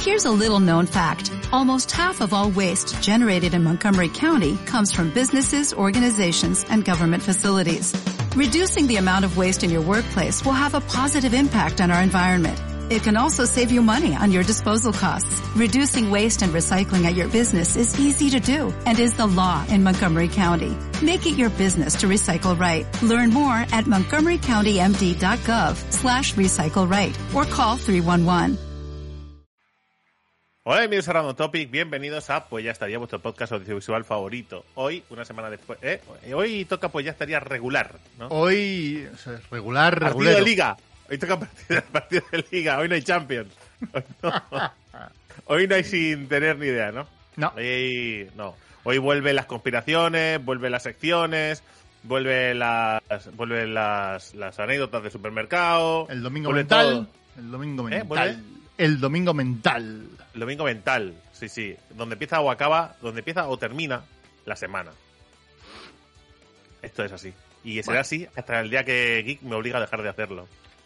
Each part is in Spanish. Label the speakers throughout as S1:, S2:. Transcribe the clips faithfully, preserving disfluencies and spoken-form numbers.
S1: Here's a little known fact. Almost half of all waste generated in Montgomery County comes from businesses, organizations, and government facilities. Reducing the amount of waste in your workplace will have a positive impact on our environment. It can also save you money on your disposal costs. Reducing waste and recycling at your business is easy to do and is the law in Montgomery County. Make it your business to recycle right. Learn more at montgomerycountymd.gov slash recycle right or call three one one.
S2: Hola, bienvenidos a Random Topic, bienvenidos a Pues Ya Estaría, vuestro podcast audiovisual favorito. Hoy, una semana después, ¿eh? Hoy toca Pues Ya Estaría regular, ¿no?
S3: Hoy, o sea, regular,
S2: Partido
S3: regulero.
S2: de Liga. Hoy toca partido, partido de Liga, hoy no hay Champions. Hoy no, hoy no hay sin tener ni idea, ¿no?
S3: No.
S2: Hoy, no. Hoy vuelven las conspiraciones, vuelven las secciones, vuelven las, vuelven las, las anécdotas de supermercado.
S3: El domingo
S2: vuelve
S3: mental.
S2: todo.
S3: El domingo
S2: ¿Eh?
S3: mental.
S2: ¿Vuelve?
S3: El domingo mental.
S2: El domingo mental, sí, sí. Donde empieza o acaba, donde empieza o termina la semana. Esto es así. Y será
S3: Bueno.
S2: así hasta el día que Geek me obliga a dejar de hacerlo.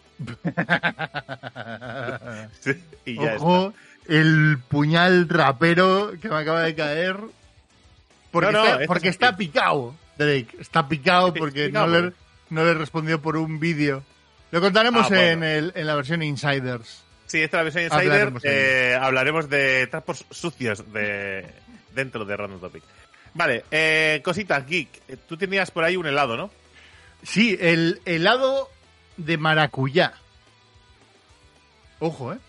S2: Sí, y ya
S3: Ojo,
S2: está.
S3: el puñal rapero que me acaba de caer. Porque,
S2: No, no,
S3: está,
S2: esto
S3: porque
S2: es
S3: está
S2: así.
S3: picado, Drake. Está picado porque
S2: Picado,
S3: no le,
S2: ¿por qué?
S3: no le respondió por un vídeo. Lo contaremos
S2: Ah, bueno.
S3: en, el, en la versión Insiders.
S2: Sí, esta es la versión Insider.
S3: Hablaremos de
S2: eh, hablaremos de trapos sucios de dentro de Random Topic. Vale, eh, cositas, Geek. Eh, Tú tenías por ahí un helado, ¿no?
S3: Sí, el helado de maracuyá. Ojo, ¿eh?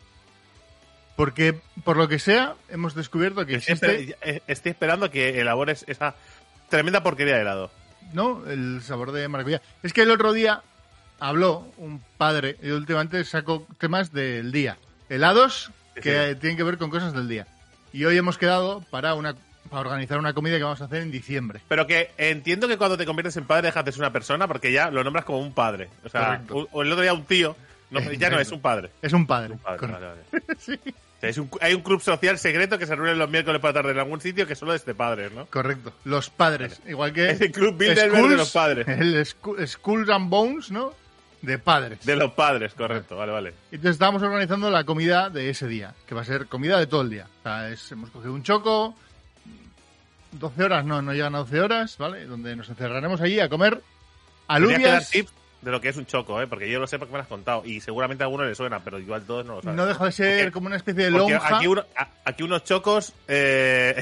S3: Porque, por lo que sea, hemos descubierto que
S2: Estoy,
S3: existe...
S2: esper- estoy esperando que elabores esa tremenda porquería de helado.
S3: ¿No? El sabor de maracuyá. Es que el otro día habló un padre y últimamente saco temas del día. Helados
S2: Sí,
S3: que
S2: sí.
S3: tienen que ver con cosas del día. Y hoy hemos quedado para una para organizar una comida que vamos a hacer en diciembre.
S2: Pero que entiendo que cuando te conviertes en padre dejas de ser una persona porque ya lo nombras como un padre. O sea,
S3: Correcto.
S2: un- o el otro día un tío. No, ya no es un padre.
S3: Es un padre.
S2: Un padre,
S3: correcto.
S2: vale, vale.
S3: Sí,
S2: O sea, es un- hay un club social secreto que se reúne los miércoles por la tarde en algún sitio que solo es de padres, ¿no?
S3: correcto. Los padres. Igual que...
S2: Es el club Bilderberg de los padres.
S3: El Sku- Skulls and Bones, ¿no? De padres.
S2: De los padres, correcto. Vale, vale.
S3: Entonces estábamos organizando la comida de ese día, que va a ser comida de todo el día. O sea, es- hemos cogido un choco, doce horas, no, no llegan a doce horas, ¿vale? Donde nos encerraremos allí a comer
S2: Tendrías que dar
S3: alubias.
S2: tips de lo que es un choco, ¿eh? Porque yo lo sé porque me lo has contado. Y seguramente a alguno le suena, pero igual todos no lo saben.
S3: No deja de ser
S2: Porque-
S3: como una especie de
S2: Porque
S3: lonja.
S2: aquí, uno- a- aquí unos chocos... Eh,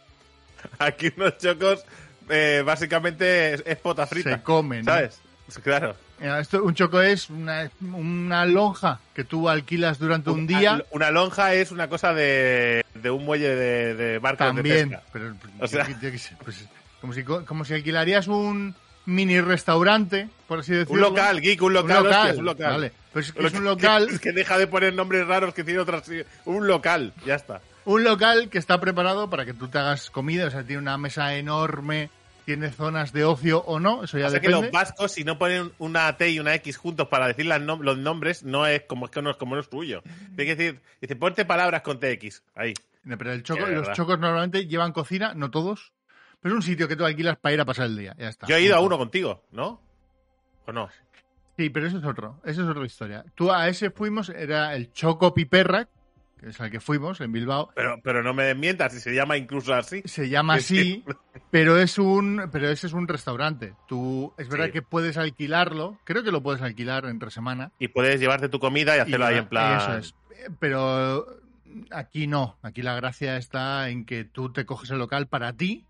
S2: aquí unos chocos... eh, básicamente es, es pota frita.
S3: Se comen, ¿no?
S2: ¿Sabes? Claro.
S3: Mira, esto, un choco es una, una lonja que tú alquilas durante un día.
S2: Una lonja es una cosa de, de un muelle de, de barcos
S3: También.
S2: de pesca.
S3: Pero,
S2: O sea-
S3: yo qué sé, pues, como, si, como si alquilarías un mini restaurante, por así decirlo.
S2: Un local, Geek, un local,
S3: Un local,
S2: hostia, es un local.
S3: vale. Pues es que
S2: Lo
S3: es un
S2: que-
S3: local.
S2: Es que deja de poner nombres raros que tiene otras... Un local, ya está.
S3: Un local que está preparado para que tú te hagas comida, o sea, tiene una mesa enorme, tiene zonas de ocio o no, eso ya
S2: O sea que
S3: depende.
S2: los vascos, si no ponen una T y una X juntos para decir las nom- los nombres, no es como es que no es como no es tuyo. Tiene que decir, dice, ponte palabras con T X. Ahí.
S3: No, pero el choco,
S2: Sí, de
S3: los
S2: verdad.
S3: chocos normalmente llevan cocina, no todos, pero es un sitio que tú alquilas para ir a pasar el día, ya está.
S2: Yo he ido a
S3: Punto.
S2: uno contigo, ¿no? ¿O no?
S3: Sí, pero eso es otro, eso es otra historia. Tú a ese fuimos, era el Choco Piperra, que es al que fuimos, en Bilbao.
S2: Pero, pero no me desmientas, si se llama incluso así.
S3: Se llama
S2: Es
S3: así,
S2: que-
S3: pero es un, pero ese es un restaurante. Tú, es verdad
S2: Sí.
S3: que puedes alquilarlo, creo que lo puedes alquilar entre semana.
S2: Y puedes llevarte tu comida y hacerlo
S3: Y
S2: ahí
S3: ya,
S2: en plan...
S3: Eso es. Pero aquí no. Aquí la gracia está en que tú te coges el local para ti.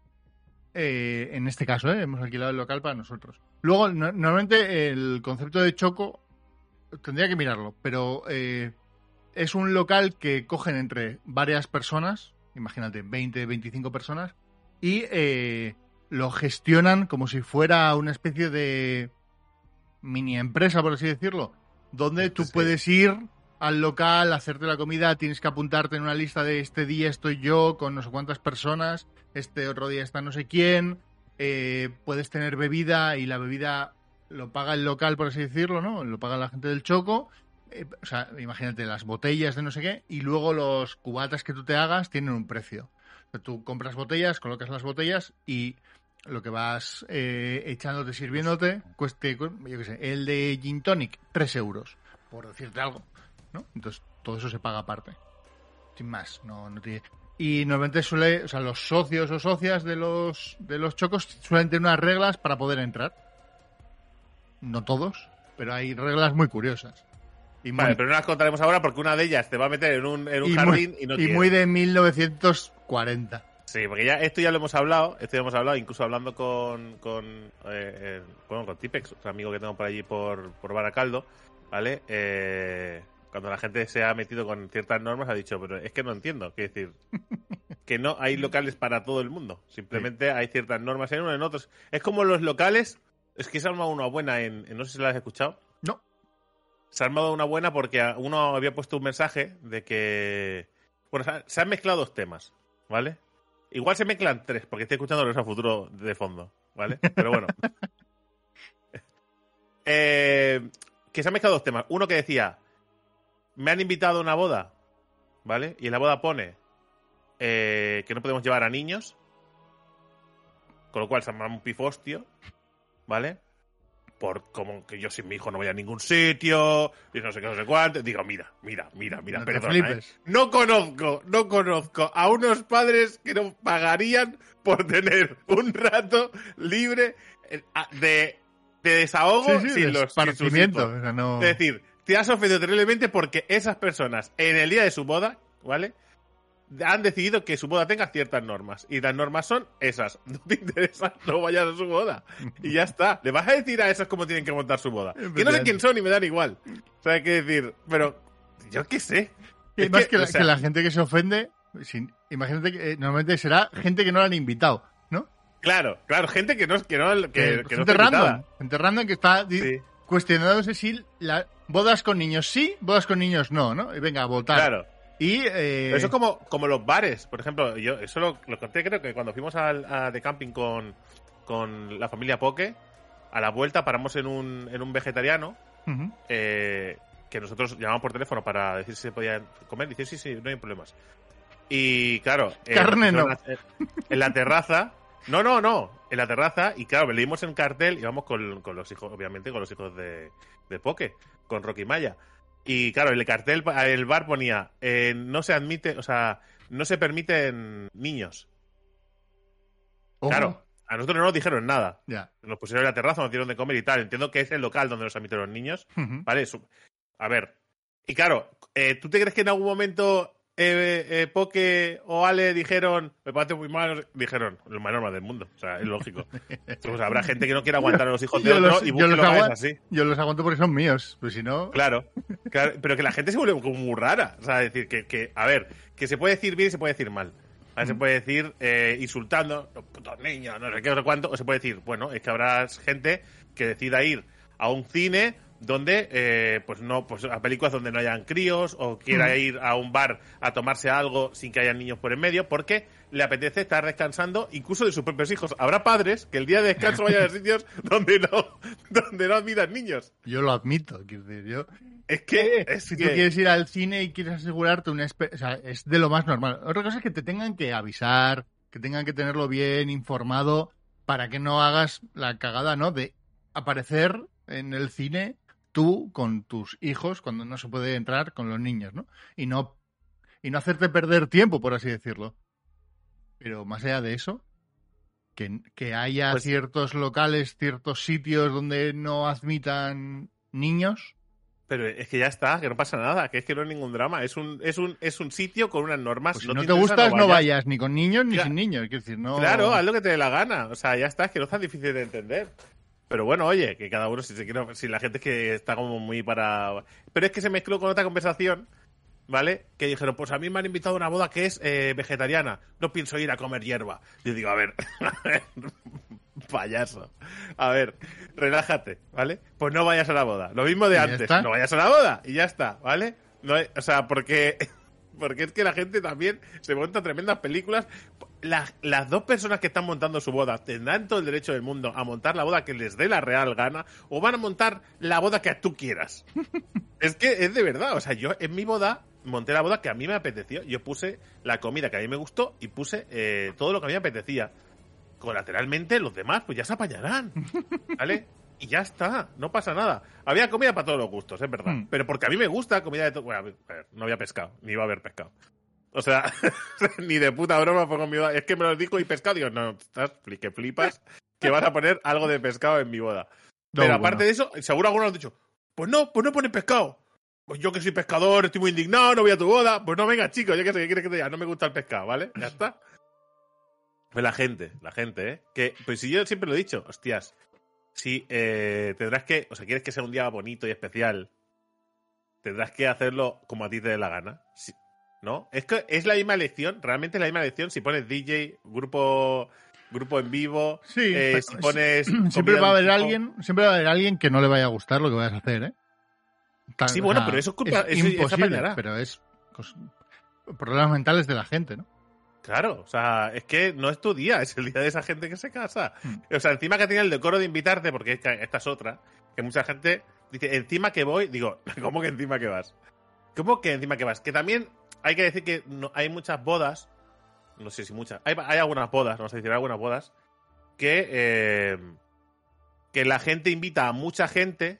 S3: Eh, en este caso, ¿eh? Hemos alquilado el local para nosotros. Luego, no- normalmente el concepto de choco tendría que mirarlo, pero eh, es un local que cogen entre varias personas, imagínate, veinte, veinticinco personas, y eh, lo gestionan como si fuera una especie de mini empresa, por así decirlo, donde tú
S2: Sí.
S3: puedes ir al local, hacerte la comida, tienes que apuntarte en una lista de este día estoy yo con no sé cuántas personas, este otro día está no sé quién, eh, puedes tener bebida y la bebida lo paga el local, por así decirlo, ¿no? Lo paga la gente del Choco. Eh, o sea, imagínate las botellas de no sé qué y luego los cubatas que tú te hagas tienen un precio. O sea, tú compras botellas, colocas las botellas y lo que vas eh, echándote, sirviéndote, cueste, yo qué sé, el de Gin Tonic, tres euros, por decirte algo, ¿no? Entonces, todo eso se paga aparte. Sin más, no, no tiene... Y normalmente suele, o sea, los socios o socias de los de los chocos suelen tener unas reglas para poder entrar. No todos, pero hay reglas muy curiosas. Y
S2: vale,
S3: muy,
S2: pero no las contaremos ahora porque una de ellas te va a meter en un, en un
S3: y
S2: jardín
S3: muy,
S2: y no
S3: y
S2: quiere.
S3: muy de mil novecientos cuarenta.
S2: Sí, porque ya esto ya lo hemos hablado, esto ya hemos hablado, incluso hablando con con, eh, eh, bueno, con Tipex, otro amigo que tengo por allí por, por Baracaldo, ¿vale? Eh, cuando la gente se ha metido con ciertas normas ha dicho, pero es que no entiendo, quiero decir, que no hay locales para todo el mundo, simplemente sí. Hay ciertas normas en uno en otros. Es como los locales, es que se ha armado una buena en, en no sé si la has escuchado.
S3: No.
S2: Se ha armado una buena porque uno había puesto un mensaje de que, bueno, se han mezclado dos temas, ¿vale? Igual se mezclan tres, porque estoy escuchando Regreso al Futuro de fondo, ¿vale? Pero bueno. eh, que se han mezclado dos temas. Uno que decía, me han invitado a una boda, ¿vale? Y en la boda pone eh, que no podemos llevar a niños, con lo cual se llama un pifostio, ¿vale? Por como que yo sin mi hijo no voy a ningún sitio, y no sé qué, no sé cuánto. Digo, mira, mira, mira, mira,
S3: no
S2: perdona, ¿eh? No conozco, no conozco a unos padres que no pagarían por tener un rato libre de, de desahogo
S3: sí, sí,
S2: sin
S3: de
S2: los
S3: esparcimiento. O sea, no...
S2: Es decir, te has ofendido terriblemente porque esas personas, en el día de su boda, ¿vale?, han decidido que su boda tenga ciertas normas. Y las normas son esas. No te interesa, no vayas a su boda. Y ya está. Le vas a decir a esas cómo tienen que montar su boda. Que no sé quién son y me dan igual. O sea, hay que decir, pero yo qué sé.
S3: Y más que, que, la, o sea, que la gente que se ofende, sin, imagínate que eh, normalmente será gente que no la han invitado, ¿no?
S2: Claro, claro, gente que no que no que,
S3: que,
S2: que
S3: gente
S2: no
S3: random, gente random que está
S2: sí.
S3: cuestionándose si la, bodas con niños sí, bodas con niños no, ¿no? Y venga, a votar.
S2: Claro.
S3: Y, eh...
S2: Eso es como, como los bares, por ejemplo. Yo eso lo, lo conté, creo que cuando fuimos al, a, de camping con, con la familia Poke, a la vuelta paramos en un, en un vegetariano, uh-huh. eh, que nosotros llamamos por teléfono para decir si se podía comer. Dice, sí, sí, no hay problemas. Y claro...
S3: Carne
S2: eh,
S3: no.
S2: En la, en la terraza... No, no, no. En la terraza, y claro, leímos el cartel y vamos con, con los hijos, obviamente, con los hijos de, de Poke, con Rocky Maya. Y claro, el cartel, el bar ponía, eh, no se admite, o sea, no se permiten niños.
S3: Ojo.
S2: Claro, a nosotros no nos dijeron nada.
S3: Yeah.
S2: Nos pusieron en la terraza, nos dieron de comer y tal. Entiendo que es el local donde nos admiten los niños.
S3: Uh-huh.
S2: Vale, a ver. Y claro, eh, ¿tú te crees que en algún momento eh, eh, Poke o Ale dijeron, me parece muy mal, dijeron, lo más normal del mundo? O sea, es lógico. Pues habrá gente que no quiere aguantar a los hijos de
S3: yo
S2: otro
S3: los,
S2: y busque
S3: los
S2: locales
S3: agu-
S2: así.
S3: Yo los aguanto porque son míos, pues si no...
S2: Claro, claro, pero que la gente se vuelve como muy rara. O sea, decir, que, que a ver, que se puede decir bien y se puede decir mal. A ver, mm. Se puede decir eh, insultando, los putos niños, no sé qué, no sé cuánto, o se puede decir, bueno, es que habrá gente que decida ir a un cine donde, eh, pues no, pues a películas donde no hayan críos, o quiera mm. ir a un bar a tomarse algo sin que haya niños por en medio, porque le apetece estar descansando incluso de sus propios hijos. Habrá padres que el día de descanso vayan a sitios donde no, donde no admitan niños.
S3: Yo lo admito, quiero decir, yo...
S2: Es que...
S3: Es si que... tú quieres ir al cine y quieres asegurarte una... Espe- o sea, es de lo más normal. Otra cosa es que te tengan que avisar, que tengan que tenerlo bien informado, para que no hagas la cagada, ¿no? De aparecer en el cine tú con tus hijos cuando no se puede entrar con los niños, ¿no? Y no, y no hacerte perder tiempo, por así decirlo. Pero más allá de eso, que, que haya pues... ciertos locales, ciertos sitios donde no admitan niños...
S2: Pero es que ya está, que no pasa nada, que es que no hay ningún drama. Es un, es un, es un sitio con unas normas.
S3: Pues si
S2: no,
S3: no
S2: te,
S3: te gustas,
S2: no
S3: no
S2: vayas.
S3: vayas ni con niños ni
S2: claro.
S3: sin niños. Quiero decir, no...
S2: Claro, haz lo que te dé la gana. O sea, ya está, es que no es tan difícil de entender. Pero bueno, oye, que cada uno, si se quiere, si la gente es que está como muy para... Pero es que se mezcló con otra conversación, ¿vale? Que dijeron, pues a mí me han invitado a una boda que es eh, vegetariana. No pienso ir a comer hierba. Yo digo, a ver... payaso. A ver, relájate, ¿vale? Pues no vayas a la boda. Lo mismo de antes. No vayas a la boda y ya está, ¿vale? No hay, o sea, porque porque es que la gente también se monta tremendas películas. Las, las dos personas que están montando su boda tendrán todo el derecho del mundo a montar la boda que les dé la real gana, o van a montar la boda que tú quieras. Es que es de verdad. O sea, yo en mi boda monté la boda que a mí me apeteció. Yo puse la comida que a mí me gustó y puse eh, todo lo que a mí me apetecía. Colateralmente los demás pues ya se apañarán, ¿vale? Y ya está, no pasa nada. Había comida para todos los gustos, es verdad. Mm. Pero porque a mí me gusta comida de todo... Bueno, a ver, no había pescado, ni iba a haber pescado. O sea, ni de puta broma pongo mi boda. Es que me lo dijo y pescado. Digo, no, estás que flipas que vas a poner algo de pescado en mi boda. No, Pero aparte bueno. de eso, seguro algunos han dicho, pues no, pues no pones pescado. Pues yo que soy pescador, estoy muy indignado, no voy a tu boda. Pues no, venga, chicos, yo qué sé, ¿qué quieres que te diga? No me gusta el pescado, ¿vale? Ya está. Pues la gente, la gente, ¿eh? Que, pues si yo siempre lo he dicho, hostias, si eh, tendrás que, o sea, quieres que sea un día bonito y especial, tendrás que hacerlo como a ti te dé la gana, sí, ¿no? Es que es la misma elección, realmente es la misma elección si pones D J, grupo, grupo en vivo,
S3: sí,
S2: eh, si pones...
S3: Siempre va a haber alguien, siempre va a haber alguien que no le vaya a gustar lo que vayas a hacer, ¿eh?
S2: Tan, sí, bueno, o sea, pero eso es culpa,
S3: es
S2: eso,
S3: imposible, pero es pues, problemas mentales de la gente, ¿no?
S2: Claro, o sea, es que no es tu día, es el día de esa gente que se casa. O sea, encima que tiene el decoro de invitarte, porque esta es otra, que mucha gente dice, encima que voy, digo, ¿cómo que encima que vas? ¿Cómo que encima que vas? Que también hay que decir que no, hay muchas bodas, no sé si muchas, hay, hay algunas bodas, vamos a decir algunas bodas, que, eh, que la gente invita a mucha gente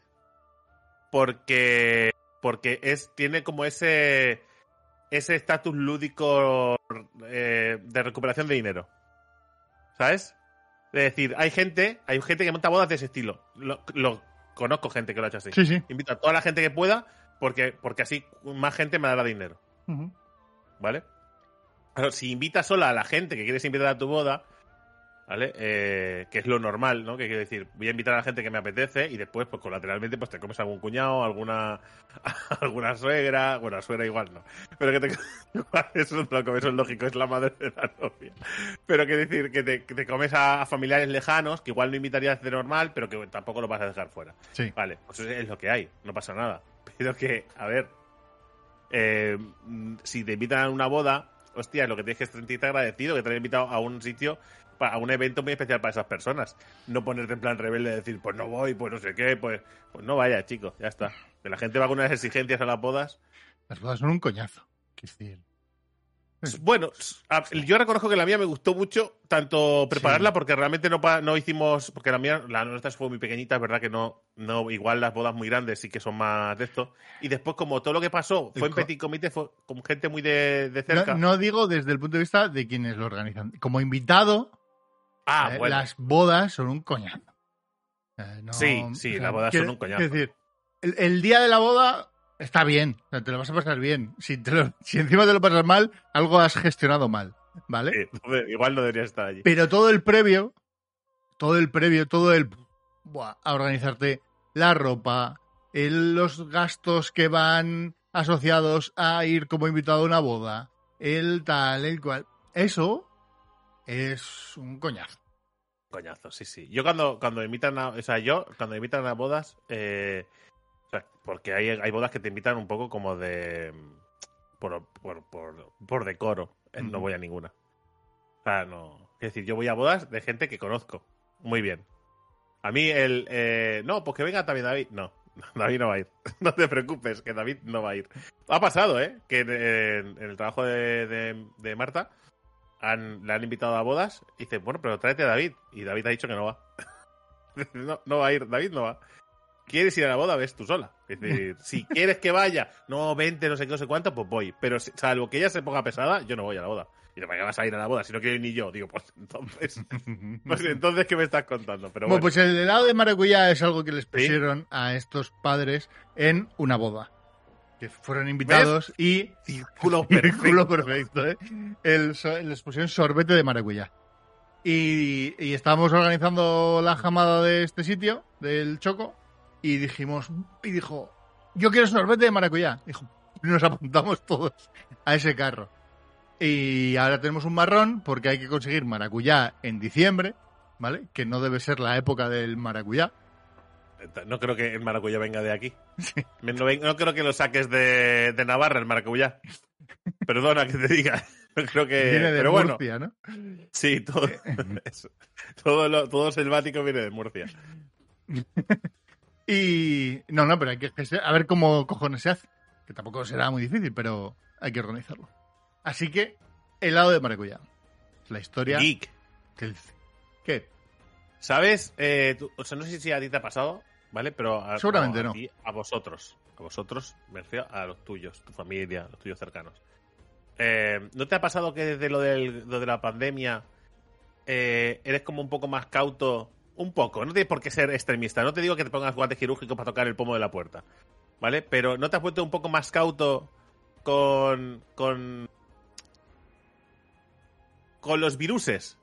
S2: porque, porque es, tiene como ese... ese estatus lúdico eh, de recuperación de dinero. ¿Sabes? Es decir, hay gente, hay gente que monta bodas de ese estilo. Lo, lo conozco gente que lo ha hecho así.
S3: Sí, sí.
S2: Invito a toda la gente que pueda porque, porque así más gente me dará dinero. Uh-huh. ¿Vale? Pero si invitas sola a la gente que quieres invitar a tu boda, ¿vale? Eh, que es lo normal, ¿no? Que quiere decir, voy a invitar a la gente que me apetece y después, pues colateralmente, pues te comes algún cuñado, alguna alguna suegra, bueno, la suegra igual no, pero que te eso no lo comes, eso es lógico, es la madre de la novia. Pero que decir, que te, que te comes a, a familiares lejanos, que igual no invitarías de normal, pero que tampoco lo vas a dejar fuera.
S3: Sí.
S2: Vale, pues eso es lo que hay, no pasa nada. Pero que, a ver, eh, si te invitan a una boda, hostia, lo que tienes que sentirte agradecido, que te han invitado a un sitio, a un evento muy especial para esas personas. No ponerte en plan rebelde y decir, pues no voy, pues no sé qué, pues, pues no vaya, chicos, ya está. Que la gente va con unas exigencias a las bodas.
S3: Las bodas son un coñazo. Qué decir.
S2: Bueno, yo reconozco que la mía me gustó mucho, tanto prepararla, sí. Porque realmente no, no hicimos, porque la mía, la nuestra fue muy pequeñita, es verdad que no, no, igual las bodas muy grandes sí que son más de esto. Y después, como todo lo que pasó fue en petit comité, fue con gente muy de, de cerca.
S3: No, no digo desde el punto de vista de quienes lo organizan. Como invitado,
S2: ah,
S3: eh,
S2: bueno.
S3: las bodas son un coñazo. Eh, no,
S2: sí, sí, o sea, las bodas
S3: quiere,
S2: son un coñazo.
S3: Es decir, el, el día de la boda está bien, o sea, te lo vas a pasar bien. Si, te lo, si encima te lo pasas mal, algo has gestionado mal, ¿vale?
S2: Sí, igual no deberías estar allí.
S3: Pero todo el previo, todo el previo, todo el... Buah, a organizarte la ropa, el, los gastos que van asociados a ir como invitado a una boda, el tal, el cual... Eso es un coñazo.
S2: Coñazo, sí, sí. Yo cuando, cuando invitan a... O sea, yo cuando invitan a bodas... Eh, o sea, porque hay, hay bodas que te invitan un poco como de... Por, por, por, por decoro. Mm. No voy a ninguna. O sea, no... Es decir, yo voy a bodas de gente que conozco. Muy bien. A mí el... Eh, no, pues que venga también David. No, David no va a ir. No te preocupes, que David no va a ir. Ha pasado, ¿eh? Que en, en, en el trabajo de, de, de Marta... Han, le han invitado a bodas y dice, bueno, pero tráete a David. Y David ha dicho que no va. no, no va a ir, David no va. ¿Quieres ir a la boda? Ves tú sola. Es decir, si quieres que vaya, no, vente, no sé qué, no sé cuánto, pues voy. Pero salvo que ella se ponga pesada, yo no voy a la boda. Y ¿para qué vas a ir a la boda? Si no quiero ir ni yo. Digo, pues entonces, pues entonces, ¿qué me estás contando? Pero bueno,
S3: bueno, pues el helado de maracuyá es algo que les pusieron ¿sí? a estos padres en una boda. Que fueron invitados ¿ves? Y...
S2: Círculo perfecto.
S3: Círculo perfecto, ¿eh? El, les pusieron sorbete de maracuyá. Y, y estábamos organizando la jamada de este sitio, del Choco, y dijimos... Y dijo, yo quiero sorbete de maracuyá. Dijo, y nos apuntamos todos a ese carro. Y ahora tenemos un marrón, porque hay que conseguir maracuyá en diciembre, ¿vale? Que no debe ser la época del maracuyá.
S2: No creo que el maracuyá venga de aquí. Sí. No, no creo que lo saques de, de Navarra, el maracuyá. Perdona que te diga. No creo que...
S3: Viene de
S2: pero
S3: Murcia,
S2: bueno,
S3: ¿no?
S2: Sí, todo, eso. todo, lo, todo selvático viene de Murcia.
S3: Y... No, no, pero hay que... A ver cómo cojones se hace. Que tampoco será muy difícil, pero hay que organizarlo. Así que, helado de maracuyá. La historia...
S2: Geek.
S3: ¿Qué? ¿Qué?
S2: ¿Sabes? Eh, tú, o sea, no sé si a ti te ha pasado, ¿vale? Pero a,
S3: seguramente
S2: no,
S3: no.
S2: A, ti, a vosotros. A vosotros, me refiero a los tuyos, tu familia, los tuyos cercanos. Eh, ¿No te ha pasado que desde lo, del, lo de la pandemia eh, eres como un poco más cauto? Un poco, no tienes por qué ser extremista. No te digo que te pongas guantes quirúrgicos para tocar el pomo de la puerta, ¿vale? Pero ¿no te has puesto un poco más cauto con... con... con los viruses?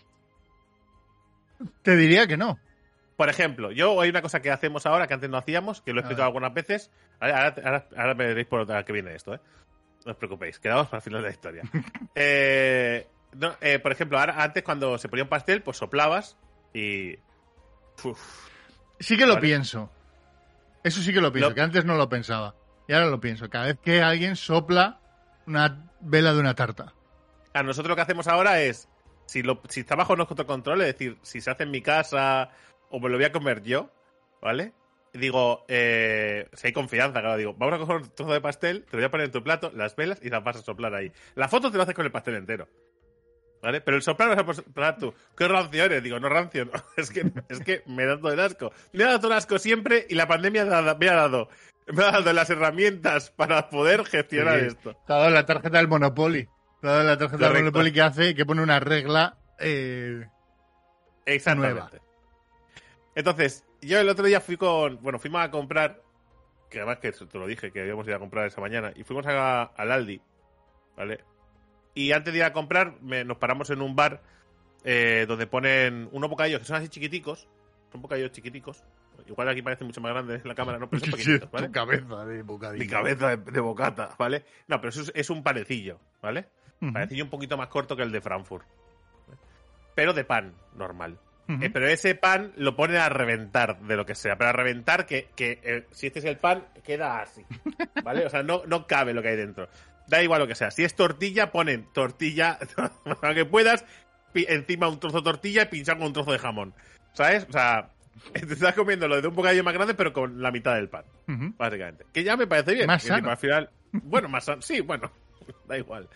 S3: Te diría que no.
S2: Por ejemplo, yo hay una cosa que hacemos ahora que antes no hacíamos, que lo he explicado algunas veces. Ahora, ahora, ahora me veréis por otra que viene esto, ¿eh? No os preocupéis, quedamos para el final de la historia. eh, no, eh, por ejemplo, ahora, antes cuando se ponía un pastel, pues soplabas y... Uf,
S3: sí que lo ¿vale? pienso. Eso sí que lo pienso,
S2: lo...
S3: que antes no lo pensaba. Y ahora lo pienso. Cada vez que alguien sopla una vela de una tarta.
S2: A nosotros lo que hacemos ahora es, si, lo, si está bajo nuestro control, es decir, si se hace en mi casa o me lo voy a comer yo, ¿vale? Digo, eh, si hay confianza, claro, digo, vamos a coger un trozo de pastel, te lo voy a poner en tu plato, las velas y las vas a soplar ahí. La foto te lo haces con el pastel entero, ¿vale? Pero el soplar lo vas a soplar tú. ¿Qué rancio eres? Digo, no rancio, no. Es que, es que me da todo el asco. Me ha dado todo el asco siempre y la pandemia me ha dado, me ha dado las herramientas para poder gestionar sí, esto.
S3: Te ha dado la tarjeta del Monopoly. Te ha dado la tarjeta Correcto. del Monopoly que hace, que pone una regla eh,
S2: Exactamente.
S3: nueva.
S2: Entonces, yo el otro día fui con... Bueno, fuimos a comprar, que además que te lo dije, que habíamos ido a comprar esa mañana, y fuimos a, al Aldi, ¿vale? Y antes de ir a comprar, me, nos paramos en un bar eh, donde ponen unos bocadillos que son así chiquiticos, son bocadillos chiquiticos, igual aquí parece mucho más grande en la cámara, no, pero son pequeñitos, ¿vale?
S3: Tu cabeza de bocadillo.
S2: Mi cabeza de, de bocata, ¿vale? No, pero eso es, es un panecillo, ¿vale? Uh-huh. Panecillo un poquito más corto que el de Frankfurt, ¿vale? Pero de pan normal. Uh-huh. Eh, pero ese pan lo ponen a reventar de lo que sea. Pero a reventar que, que eh, si este es el pan, queda así, ¿vale? O sea, no, no cabe lo que hay dentro. Da igual lo que sea. Si es tortilla, ponen tortilla, para que puedas, pi- encima un trozo de tortilla y pinchar con un trozo de jamón. ¿Sabes? O sea, te estás comiendo lo de un bocadillo más grande, pero con la mitad del pan, uh-huh. básicamente. Que ya me parece bien.
S3: Más sano.
S2: Al final, bueno, más sano. Sí, bueno, da igual.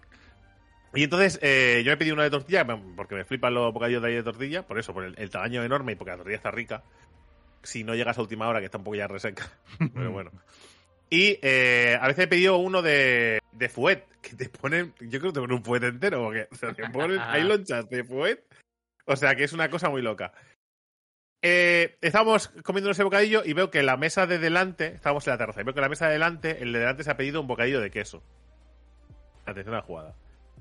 S2: Y entonces eh, yo he pedido una de tortilla, porque me flipan los bocadillos de ahí de tortilla, por eso, por el, el tamaño enorme y porque la tortilla está rica. Si no llegas a última hora, que está un poco ya reseca. Pero bueno. Y eh, a veces he pedido uno de, de fuet, que te ponen, yo creo que te ponen un fuet entero, porque o sea, te ponen, hay lonchas de fuet. O sea, que es una cosa muy loca. Eh, estábamos comiendo ese bocadillo y veo que la mesa de delante, estábamos en la terraza, y veo que la mesa de delante, el de delante se ha pedido un bocadillo de queso. Atención a la jugada.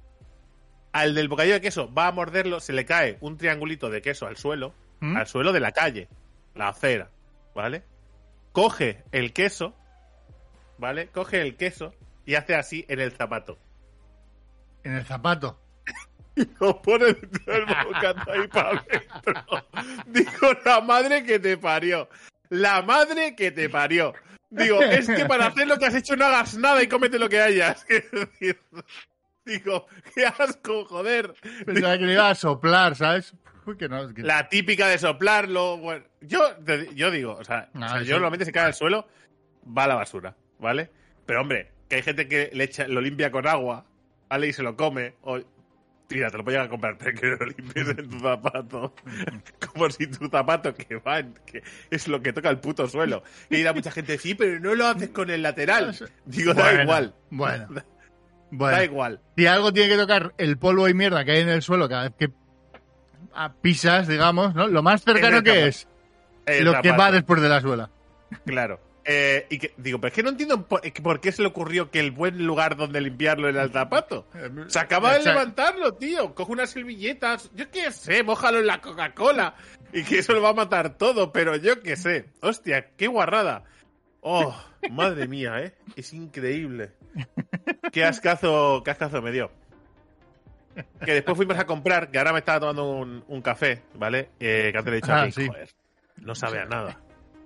S2: Al del bocadillo de queso va a morderlo, se le cae un triangulito de queso al suelo, ¿Mm? al suelo de la calle, la acera, ¿vale? Coge el queso, ¿vale? Coge el queso y hace así en el zapato.
S3: ¿En el zapato?
S2: Y lo pone dentro del bocata ahí para adentro. Digo, la madre que te parió. La madre que te parió. Digo, es que para hacer lo que has hecho no hagas nada y cómete lo que hayas. Es decir... Digo, qué asco, joder.
S3: Pensaba Digo, que le iba a soplar, ¿sabes? Uy, que no, que...
S2: La típica de soplarlo. Bueno, yo, yo digo, o sea, no, o sea yo normalmente se cae al suelo, va a la basura, ¿vale? Pero hombre, que hay gente que le echa, lo limpia con agua, ¿vale? Y se lo come. O, mira, te lo puedo llegar a comprar, pero que lo limpies en tu zapato. Como si tu zapato, que va, que es lo que toca el puto suelo. Y dirá mucha gente, sí, pero no lo haces con el lateral. Digo,
S3: bueno,
S2: da igual.
S3: Bueno. Bueno,
S2: da igual.
S3: Si algo tiene que tocar el polvo y mierda que hay en el suelo cada vez que pisas, digamos, ¿no? Lo más cercano que es el lo zapato. Que va después de la suela.
S2: Claro. Eh, y que, digo, pero es que no entiendo por, por qué se le ocurrió que el buen lugar donde limpiarlo era el zapato. Se acaba de levantarlo, tío. Coge unas servilletas, yo qué sé, mójalo en la Coca-Cola y que eso lo va a matar todo, pero yo qué sé. Hostia, qué guarrada. Oh, madre mía, ¿eh? Es increíble. Qué ascazo, qué ascazo me dio. Que después fuimos a comprar, que ahora me estaba tomando un, un café, ¿vale? Eh, que antes le he dicho
S3: ah,
S2: a mí,
S3: sí.
S2: joder, no sabe a nada.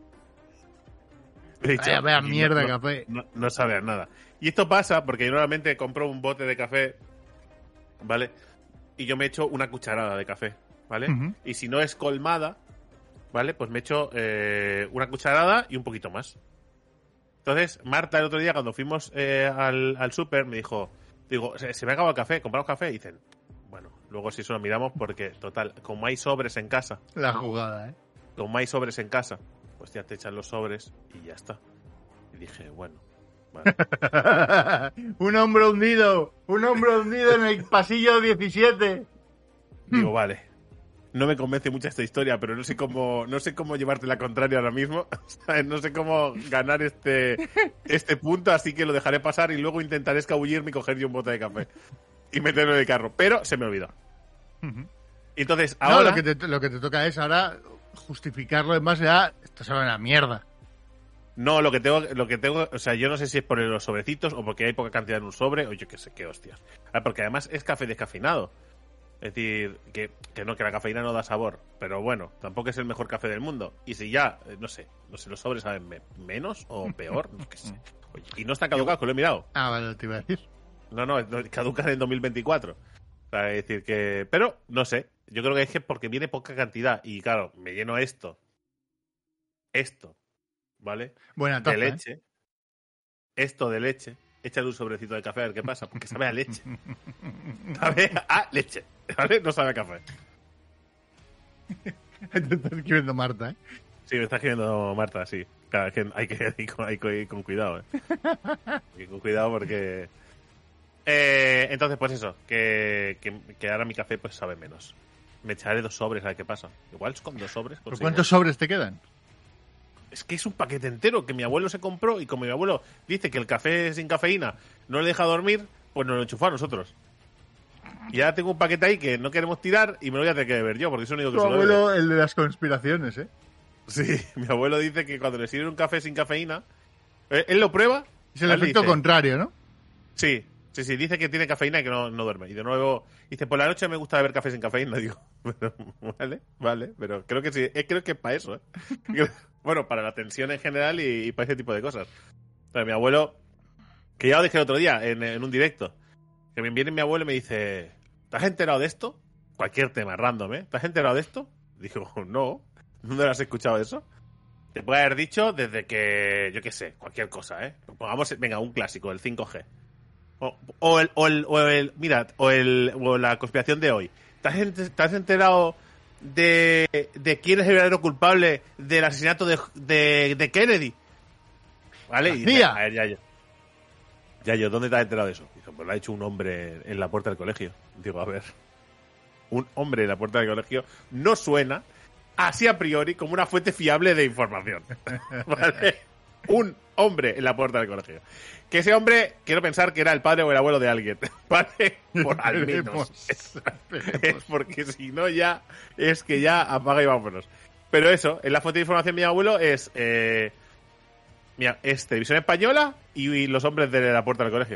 S3: Le he dicho, vaya, vaya mierda de
S2: no,
S3: café.
S2: No, no sabe a nada. Y esto pasa porque yo normalmente compro un bote de café, ¿vale? Y yo me echo una cucharada de café, ¿vale? Uh-huh. Y si no es colmada, ¿vale? Pues me echo eh, una cucharada y un poquito más. Entonces, Marta el otro día cuando fuimos eh, al, al súper me dijo, digo, se, se me ha acabado el café, ¿compramos café? Y dicen, bueno, luego si eso lo miramos porque, total, como hay sobres en casa.
S3: La jugada, ¿eh?
S2: Como hay sobres en casa, pues ya te echan los sobres y ya está. Y dije, bueno, Vale.
S3: Un hombre hundido, un hombre hundido en el pasillo diecisiete.
S2: Digo, vale. No me convence mucho esta historia, pero no sé cómo, no sé cómo llevarte la contraria ahora mismo. ¿Sabes? No sé cómo ganar este, este punto, así que lo dejaré pasar y luego intentaré escabullirme y coger yo un bote de café y meterlo en el carro. Pero se me olvidó.
S3: Uh-huh.
S2: Entonces, ahora...
S3: No, lo que, te, lo que te toca es ahora justificarlo en base a esto sabe una mierda.
S2: No, lo que tengo, lo que tengo, o sea, yo no sé si es por los sobrecitos o porque hay poca cantidad en un sobre o yo qué sé, qué hostias. Ah, porque además es café descafeinado. Es decir, que, que no, que la cafeína no da sabor. Pero bueno, tampoco es el mejor café del mundo. Y si ya, no sé, no sé, los sobres saben me, menos o peor, no qué sé. Oye, y no está caducado, que lo he mirado.
S3: Ah, vale, te iba a decir.
S2: No, no, caduca en el dos mil veinticuatro. O sea, es decir que... Pero, no sé, yo creo que es que porque viene poca cantidad. Y claro, me lleno esto. Esto. ¿Vale?
S3: Buena taza,
S2: de leche. ¿eh? Esto de leche. Échale un sobrecito de café a ver qué pasa, porque sabe a leche. Sabe a leche. ¿Vale? No sabe a café.
S3: Te está escribiendo Marta, ¿eh?
S2: Sí, me está escribiendo Marta, sí. Claro, es que hay que ir con, hay que ir con cuidado, ¿eh? Hay que ir con cuidado porque... Eh, entonces, pues eso, que, que, que ahora mi café pues sabe menos. Me echaré dos sobres a ver qué pasa. Igual con dos sobres...
S3: ¿Pero cuántos sobres te quedan?
S2: Es que es un paquete entero que mi abuelo se compró y como mi abuelo dice que el café sin cafeína no le deja dormir, pues nos lo enchufó a nosotros. Y ahora tengo un paquete ahí que no queremos tirar y me lo voy a tener que beber yo, porque es el único que
S3: Tu
S2: se lo
S3: abuelo,
S2: bebe.
S3: el de las conspiraciones, ¿eh?
S2: Sí, mi abuelo dice que cuando le sirve un café sin cafeína, él, él lo prueba.
S3: Es el efecto
S2: dice,
S3: contrario, ¿no?
S2: Sí, sí, sí, dice que tiene cafeína y que no, no duerme. Y de nuevo, dice, por la noche me gusta beber café sin cafeína. Digo, pero, vale, vale, pero creo que sí, eh, creo que es para eso, ¿eh? Bueno, para la tensión en general y, y para ese tipo de cosas. Pero mi abuelo, que ya lo dije el otro día en, en un directo, que me viene mi abuelo y me dice, ¿te has enterado de esto? Cualquier tema, random, ¿eh? ¿Te has enterado de esto? Digo, no, ¿dónde lo has escuchado eso? Te puede haber dicho desde que, yo qué sé, cualquier cosa, ¿eh? Pongamos, venga, un clásico, el cinco G. O, o, el, o, el, o el, mira, o, el, o la conspiración de hoy. ¿Te has, te has enterado de, de quién es el verdadero culpable del asesinato de, de, de Kennedy? ¿Vale? Y dice, a ver, ya yo. Ya yo, ¿dónde te has enterado de eso? Dice, pues lo ha hecho un hombre en la puerta del colegio. Digo, a ver, un hombre en la puerta del colegio no suena así a priori como una fuente fiable de información. ¿Vale? Un hombre en la puerta del colegio. Que ese hombre, quiero pensar que era el padre o el abuelo de alguien. ¿Vale? Por al menos. Es, es porque si no ya, es que ya apaga y vámonos. Pero eso, en la fuente de información de mi abuelo es... Eh, mira, es Televisión Española y, y los hombres de la puerta del colegio.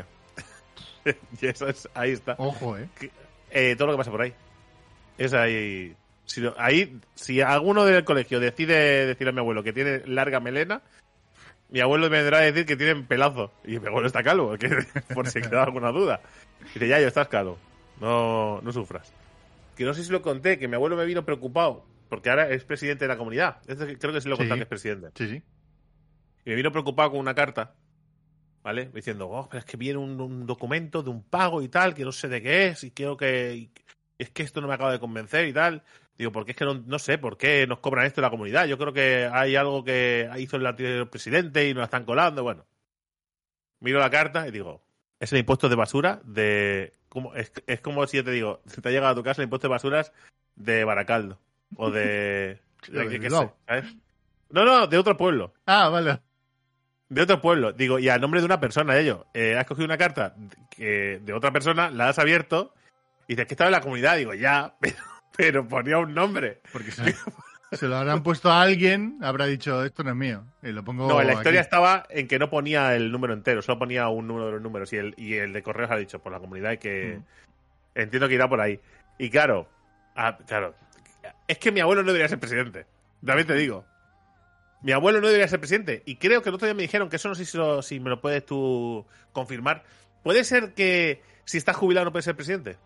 S2: Y eso es, ahí está.
S3: Ojo, ¿eh?
S2: eh todo lo que pasa por ahí. Es ahí... Si, ahí, si alguno del colegio decide decirle a mi abuelo que tiene larga melena, mi abuelo me vendrá a decir que tiene pelazo. Y mi abuelo está calvo, que, por si queda alguna duda. Dice, ya, yo estás calvo. No, no sufras. Que no sé si lo conté, que mi abuelo me vino preocupado, porque ahora es presidente de la comunidad. Creo que sí lo conté, sí, que es presidente.
S3: Sí, sí.
S2: Y me vino preocupado con una carta, ¿vale? Diciendo, oh, pero es que viene un, un documento de un pago y tal, que no sé de qué es, y creo que... Y es que esto no me acaba de convencer y tal. Digo, porque es que no, no sé por qué nos cobran esto en la comunidad. Yo creo que hay algo que hizo el anterior presidente y nos la están colando. Bueno, miro la carta y digo, es el impuesto de basura de... ¿cómo? Es, es como si yo te digo, te ha llegado a tu casa el impuesto de basuras de Baracaldo. O de... de ¿qué, qué sé, ¿sabes? No, no, de otro pueblo.
S3: Ah, vale.
S2: De otro pueblo. Digo, y a nombre de una persona, ello. Eh, has cogido una carta que, de otra persona, la has abierto y dices que estaba en la comunidad. Digo, ya, pero... Pero ponía un nombre.
S3: Porque se, se lo habrán puesto a alguien, habrá dicho, esto no es mío. Y lo pongo
S2: no, la historia
S3: aquí.
S2: Estaba en que no ponía el número entero, solo ponía un número de los números. Y el, y el de correos ha dicho por la comunidad y que... Mm. Entiendo que irá por ahí. Y claro, ah, claro, es que mi abuelo no debería ser presidente. También te digo. Mi abuelo no debería ser presidente. Y creo que el otro día me dijeron que eso no sé si, lo, si me lo puedes tú confirmar. ¿Puede ser que si estás jubilado no puedes ser presidente?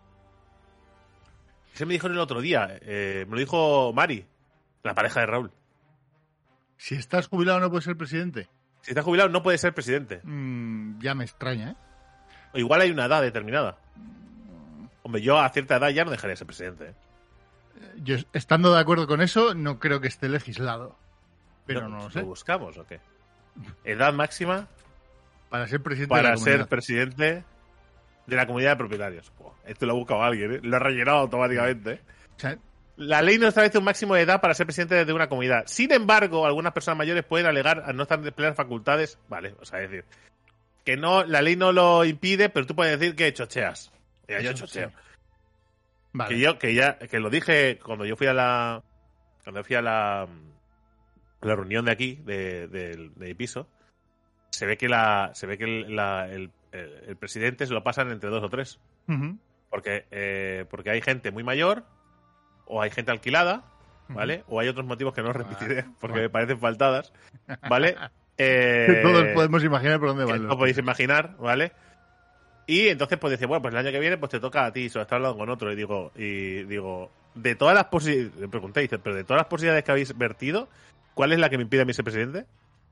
S2: Se me dijo el otro día, eh, me lo dijo Mari, la pareja de Raúl.
S3: Si estás jubilado no puedes ser presidente.
S2: Si estás jubilado no puedes ser presidente.
S3: Mm, ya me extraña, ¿eh?
S2: O igual hay una edad determinada. Hombre, yo a cierta edad ya no dejaría de ser presidente. ¿eh?
S3: Yo, estando de acuerdo con eso, no creo que esté legislado. Pero no, no lo sé.
S2: ¿Lo buscamos o qué? ¿Edad máxima?
S3: Para ser presidente
S2: para
S3: de la comunidad.
S2: ser presidente de la comunidad de propietarios. Buah, esto lo ha buscado alguien, ¿eh? Lo ha rellenado automáticamente. ¿eh?
S3: O sea,
S2: la ley no establece un máximo de edad para ser presidente de una comunidad. Sin embargo, algunas personas mayores pueden alegar a no estar de plenas facultades. Vale, o sea, es decir, que no, la ley no lo impide, pero tú puedes decir que chocheas. Mira, yo chocheo. Sí.
S3: Vale.
S2: Que yo, que ya, que lo dije cuando yo fui a la, cuando fui a la, a la reunión de aquí, de, de, de mi piso, se ve que la, se ve que el, la, el, el, el presidente se lo pasan entre dos o tres. Uh-huh. Porque, eh, porque hay gente muy mayor, o hay gente alquilada, ¿vale? Uh-huh. O hay otros motivos que no repetiré, porque bueno. me parecen faltadas, ¿vale? Eh,
S3: Todos podemos imaginar por dónde van.
S2: Lo podéis imaginar, ¿vale? Y entonces pues decía, bueno, pues el año que viene pues te toca a ti, solo estás hablando con otro. Y digo, y digo, de todas las posibilidades, le pregunté, dice, pero de todas las posibilidades que habéis vertido, ¿cuál es la que me impide a mí ser presidente?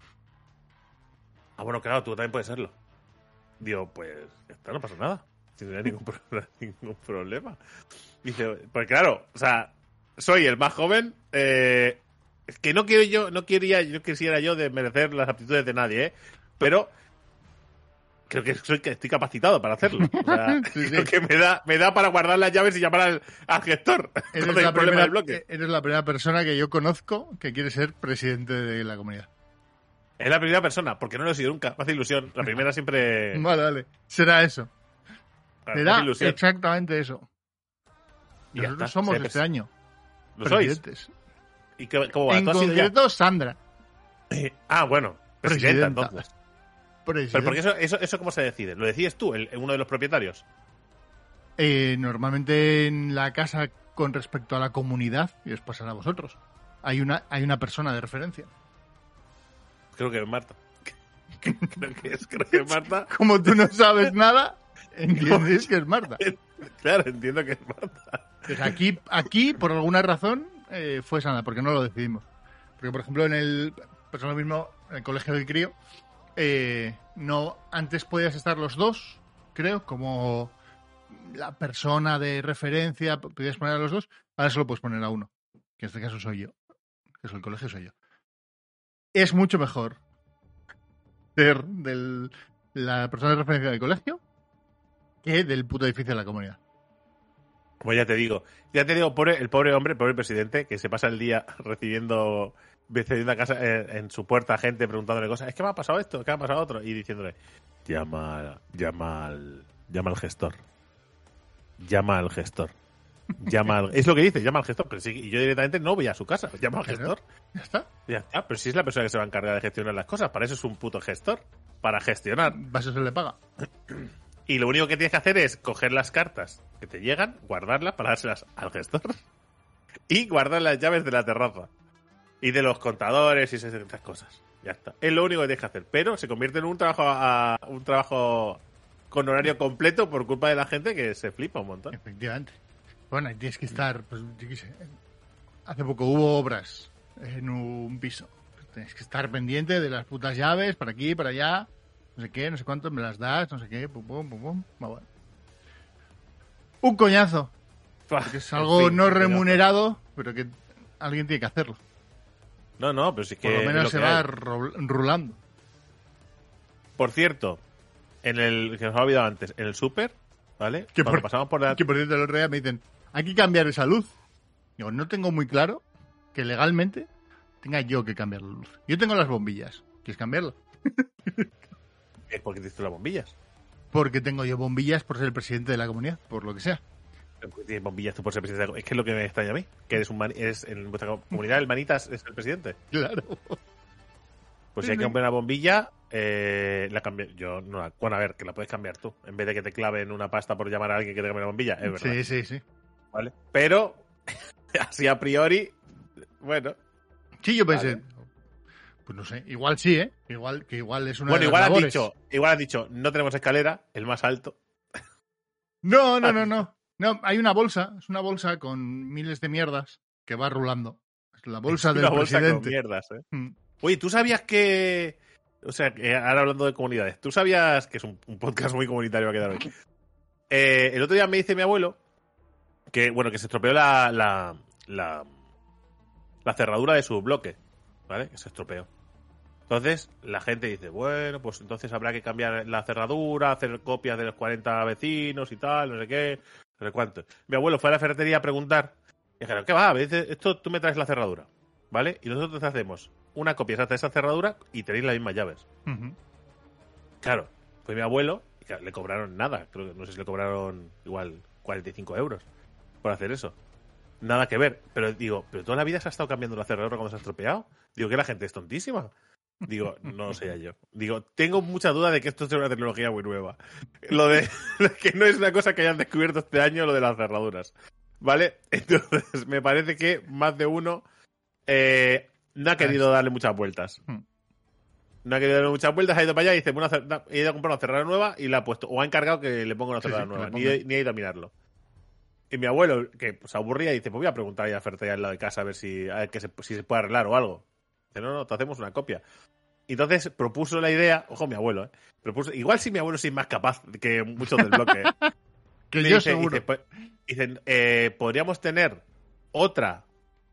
S2: Ah, bueno, claro, tú también puedes serlo. Digo, pues, ya está, no pasa nada. No hay ningún, pro- ningún problema. Dice, pues claro, o sea, soy el más joven, eh, que no quiero yo, no quería, yo quisiera yo desmerecer las aptitudes de nadie, ¿eh? Pero creo que soy que estoy capacitado para hacerlo. O sea, sí, sí. Creo que me da, me da para guardar las llaves y llamar al, al gestor.
S3: Eres la, primera, del bloque. eres la primera persona que yo conozco que quiere ser presidente de la comunidad.
S2: Es la primera persona, porque no lo he sido nunca. Me hace ilusión. La primera siempre...
S3: Vale, vale. Será eso. Será exactamente eso. Y nosotros somos sí, este año
S2: ¿Lo
S3: presidentes.
S2: Sois? ¿Y qué, cómo va?
S3: En concreto, Sandra.
S2: Eh, ah, bueno. Presidenta,
S3: Presidenta.
S2: entonces.
S3: Presidenta.
S2: Pero porque eso, eso, eso ¿cómo se decide? ¿Lo decides tú, el, uno de los propietarios?
S3: Eh, normalmente en la casa con respecto a la comunidad, y os pasará a vosotros, hay una, hay una persona de referencia.
S2: Creo que es Marta. Creo que es, creo que es Marta.
S3: Como tú no sabes nada, entiendes que es Marta.
S2: Claro, entiendo que es Marta.
S3: Pues aquí, aquí, por alguna razón, eh, fue Sandra, porque no lo decidimos. Porque, por ejemplo, en el, pues lo mismo, en el colegio del crío, eh, no, antes podías estar los dos, creo, como la persona de referencia, podías poner a los dos, ahora solo puedes poner a uno, que en este caso soy yo, que es el colegio soy yo. Es mucho mejor ser de la persona de referencia del colegio que del puto edificio de la comunidad.
S2: Pues ya te digo, ya te digo, pobre, el pobre hombre, el pobre presidente, que se pasa el día recibiendo, recibiendo a casa en, en su puerta a gente preguntándole cosas. Es que me ha pasado esto, que me ha pasado otro, y diciéndole, llama, llama al, llama al gestor, llama al gestor. Llama al... Es lo que dice, llama al gestor. Pero sí, y yo directamente no voy a su casa. Llama al gestor.
S3: Ya está.
S2: Ya está. Pero si es la persona que se va a encargar de gestionar las cosas. Para eso es un puto gestor. Para gestionar.
S3: Para eso se le paga.
S2: Y lo único que tienes que hacer es coger las cartas que te llegan, guardarlas para dárselas al gestor. Y guardar las llaves de la terraza. Y de los contadores y esas cosas. Ya está. Es lo único que tienes que hacer. Pero se convierte en un trabajo a, un trabajo con horario completo por culpa de la gente que se flipa un montón.
S3: Efectivamente. Bueno, y tienes que estar, pues, yo qué sé, hace poco hubo obras en un piso. Tienes que estar pendiente de las putas llaves, para aquí, para allá, no sé qué, no sé cuánto, me las das, no sé qué, pum, pum, pum, pum. Bueno. Un coñazo. Porque es algo fin, no remunerado, pero que alguien tiene que hacerlo.
S2: No, no, pero sí que...
S3: Por lo menos
S2: lo
S3: se
S2: que
S3: va
S2: hay.
S3: rulando.
S2: Por cierto, en el que nos ha olvidado antes, en el súper, ¿vale?
S3: Que
S2: Cuando
S3: por,
S2: pasamos por la...
S3: que por cierto, el otro día me dicen, hay que cambiar esa luz. Digo, no tengo muy claro que legalmente tenga yo que cambiar la luz. Yo tengo las bombillas. ¿Quieres cambiarla?
S2: ¿Por qué tienes las bombillas?
S3: Porque tengo yo bombillas por ser el presidente de la comunidad, por lo que sea.
S2: ¿Por qué tienes bombillas tú por ser presidente de la comunidad? Es que es lo que me extraña a mí. Que eres un man... eres en vuestra comunidad el manitas es el presidente.
S3: Claro.
S2: Pues si hay que cambiar una bombilla, eh, la cambio. Yo no la... Bueno, a ver, que la puedes cambiar tú. En vez de que te claven una pasta por llamar a alguien que te cambie la bombilla, es verdad.
S3: Sí, sí, sí.
S2: ¿Vale? Pero, así a priori, bueno.
S3: Sí, yo pensé, vale. Pues no sé, igual sí, ¿eh? Igual, que igual es una
S2: bueno,
S3: de las
S2: igual has
S3: labores.
S2: dicho, igual has dicho, no tenemos escalera, el más alto.
S3: No, no, no, no. No, hay una bolsa, es una bolsa con miles de mierdas que va rulando. Es la bolsa es del
S2: una bolsa
S3: presidente.
S2: Con mierdas, ¿eh?
S3: Mm.
S2: Oye, ¿tú sabías que... O sea, que ahora hablando de comunidades, ¿tú sabías que es un, un podcast muy comunitario va a quedar hoy? Eh, el otro día me dice mi abuelo que, bueno, que se estropeó la, la, la, la cerradura de su bloque, ¿vale? Que se estropeó. Entonces, la gente dice, bueno, pues entonces habrá que cambiar la cerradura, hacer copias de los cuarenta vecinos y tal, no sé qué, no sé cuánto. Mi abuelo fue a la ferretería a preguntar, y dijeron, ¿qué va? A veces esto tú me traes la cerradura, ¿vale? Y nosotros te hacemos una copia exacta de esa cerradura y tenéis las mismas llaves.
S3: Uh-huh.
S2: Claro, fue mi abuelo, y claro, le cobraron nada, creo que no sé si le cobraron igual cuarenta y cinco euros por hacer eso. Nada que ver, pero digo, ¿pero toda la vida se ha estado cambiando la cerradura cuando se ha estropeado? Digo, que la gente es tontísima. Digo, no lo sé yo. Digo, tengo mucha duda de que esto sea una tecnología muy nueva. Lo de que no es una cosa que hayan descubierto este año, lo de las cerraduras. ¿Vale? Entonces, me parece que más de uno eh, no ha querido darle muchas vueltas. No ha querido darle muchas vueltas, ha ido para allá y dice, bueno, he ido a comprar una cerradura nueva y la ha puesto. O ha encargado que le ponga una cerradura sí, sí, nueva. Ni, ni ha ido a mirarlo. Y mi abuelo, que se pues, aburría, dice, pues voy a preguntar a la ferretería al lado de casa a ver si, a ver que se, si se puede arreglar o algo. Dice, no, no, te hacemos una copia. Y entonces propuso la idea, ojo mi abuelo, ¿eh? Propuso, igual si mi abuelo sí es más capaz que muchos del bloque. ¿eh?
S3: que yo dice, seguro.
S2: Dice, pues, dicen, eh, podríamos tener otra,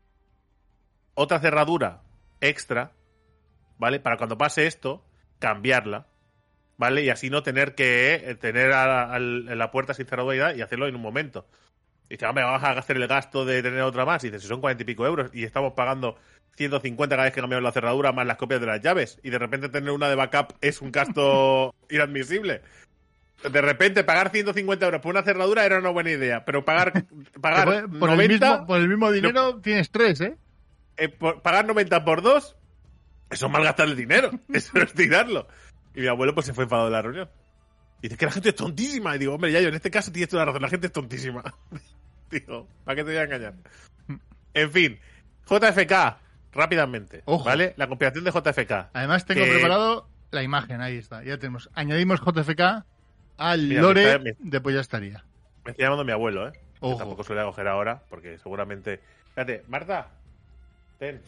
S2: otra cerradura extra, ¿vale? Para cuando pase esto, cambiarla, ¿vale? Y así no tener que eh, tener a, a la puerta sin cerradura y hacerlo en un momento. Y dice, hombre, vamos a hacer el gasto de tener otra más. Y dice, si son cuarenta y pico euros y estamos pagando ciento cincuenta cada vez que cambiamos la cerradura más las copias de las llaves. Y de repente tener una de backup es un gasto inadmisible. De repente pagar ciento cincuenta euros por una cerradura era una buena idea. Pero pagar, pagar
S3: por,
S2: noventa...
S3: El mismo, por el mismo dinero no, tienes tres, ¿eh?
S2: eh por, pagar noventa por dos, eso es malgastar el dinero. Eso es tirarlo. Y mi abuelo pues se fue enfadado de la reunión. Y dice que la gente es tontísima. Y digo, hombre, ya yo en este caso tienes toda la razón. La gente es tontísima. Digo, ¿para qué te voy a engañar? En fin, J F K, rápidamente.
S3: Ojo.
S2: ¿Vale? La compilación de J F K.
S3: Además tengo
S2: que...
S3: preparado la imagen, ahí está. Ya tenemos. Añadimos J F K al
S2: Mira,
S3: lore
S2: me está, me...
S3: de Pues Ya Estaría.
S2: Me está llamando mi abuelo, ¿eh?
S3: Ojo.
S2: Que tampoco se lo voy a coger ahora, porque seguramente... Espérate, Marta, ten.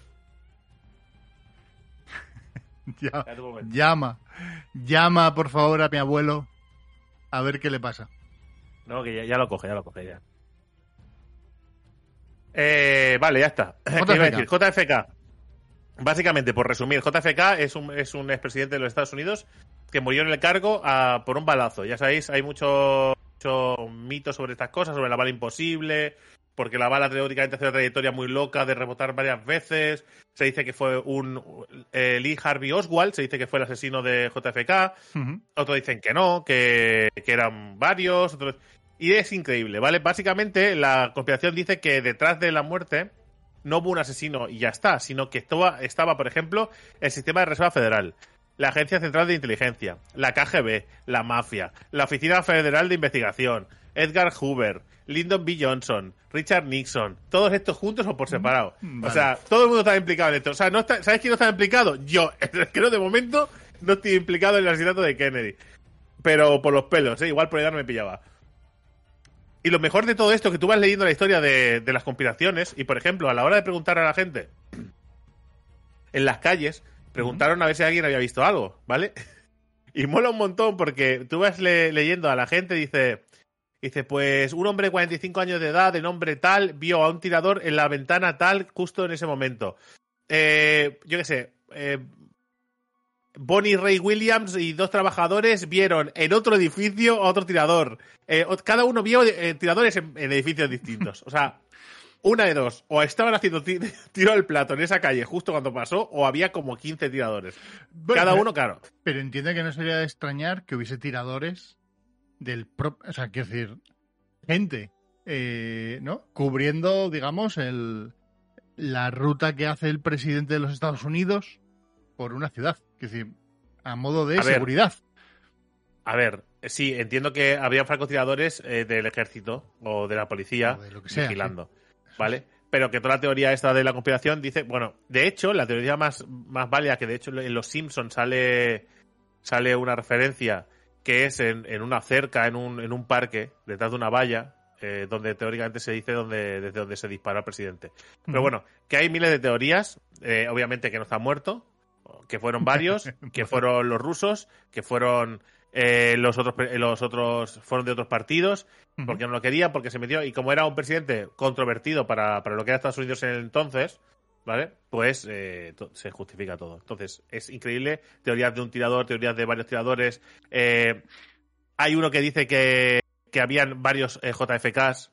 S3: Ya, llama. Llama, por favor, a mi abuelo. A ver qué le pasa.
S2: No, que ya, ya lo coge, ya lo coge, ya. Eh, vale, ya está.
S3: J F K.
S2: ¿Qué iba a decir? J F K. Básicamente, por resumir, J F K es un, es un expresidente de los Estados Unidos que murió en el cargo a, por un balazo. Ya sabéis, hay mucho, mucho mito sobre estas cosas, sobre la bala imposible, porque la bala teóricamente hace una trayectoria muy loca de rebotar varias veces. Se dice que fue un eh, Lee Harvey Oswald, se dice que fue el asesino de J F K. Uh-huh. Otros dicen que no, que, que eran varios. Otros... Y es increíble, ¿vale? Básicamente, la conspiración dice que detrás de la muerte no hubo un asesino y ya está, sino que estaba, estaba, por ejemplo, el Sistema de Reserva Federal, la Agencia Central de Inteligencia, la K G B, la Mafia, la Oficina Federal de Investigación, Edgar Hoover, Lyndon B. Johnson, Richard Nixon, todos estos juntos o por separado. Vale. O sea, todo el mundo está implicado en esto. O sea, ¿no está, ¿sabes quién no está implicado? Yo. Creo de momento no estoy implicado en el asesinato de Kennedy. Pero por los pelos, ¿eh? Igual por edad no me pillaba. Y lo mejor de todo esto, que tú vas leyendo la historia de, de las conspiraciones, y por ejemplo, a la hora de preguntar a la gente en las calles, preguntaron a ver si alguien había visto algo, ¿vale? Y mola un montón porque tú vas le, leyendo a la gente y dice, dice, pues un hombre de cuarenta y cinco años de edad, de nombre tal, vio a un tirador en la ventana tal justo en ese momento. Eh, yo qué sé, eh, Bonnie Ray Williams y dos trabajadores vieron en otro edificio a otro tirador. Eh, cada uno vio eh, tiradores en, en edificios distintos. O sea, una de dos. O estaban haciendo t- tiro al plato en esa calle justo cuando pasó, o había como quince tiradores. Bueno, cada uno, claro.
S3: Pero entiende que no sería de extrañar que hubiese tiradores del propio... O sea, quiero decir, gente, eh, ¿no? Cubriendo, digamos, el, la ruta que hace el presidente de los Estados Unidos por una ciudad. Es decir, a modo de a seguridad.
S2: Ver, a ver, sí, entiendo que habría francotiradores eh, del ejército o de la policía
S3: o de lo que sea,
S2: vigilando,
S3: sí.
S2: ¿vale? Pero que toda la teoría esta de la conspiración dice... Bueno, de hecho, la teoría más, más válida, que de hecho en Los Simpsons sale, sale una referencia que es en, en una cerca, en un, en un parque, detrás de una valla, eh, donde teóricamente se dice donde, desde donde se disparó al presidente. Pero uh-huh. bueno, que hay miles de teorías, eh, obviamente que no está muerto, que fueron varios, que fueron los rusos, que fueron eh, los otros los otros fueron de otros partidos, uh-huh. porque no lo querían, porque se metió, y como era un presidente controvertido para, para lo que era Estados Unidos en el entonces, ¿vale? Pues eh, to- se justifica todo. Entonces, es increíble. Teorías de un tirador, teorías de varios tiradores. Eh, hay uno que dice que, que habían varios eh, J F Ks.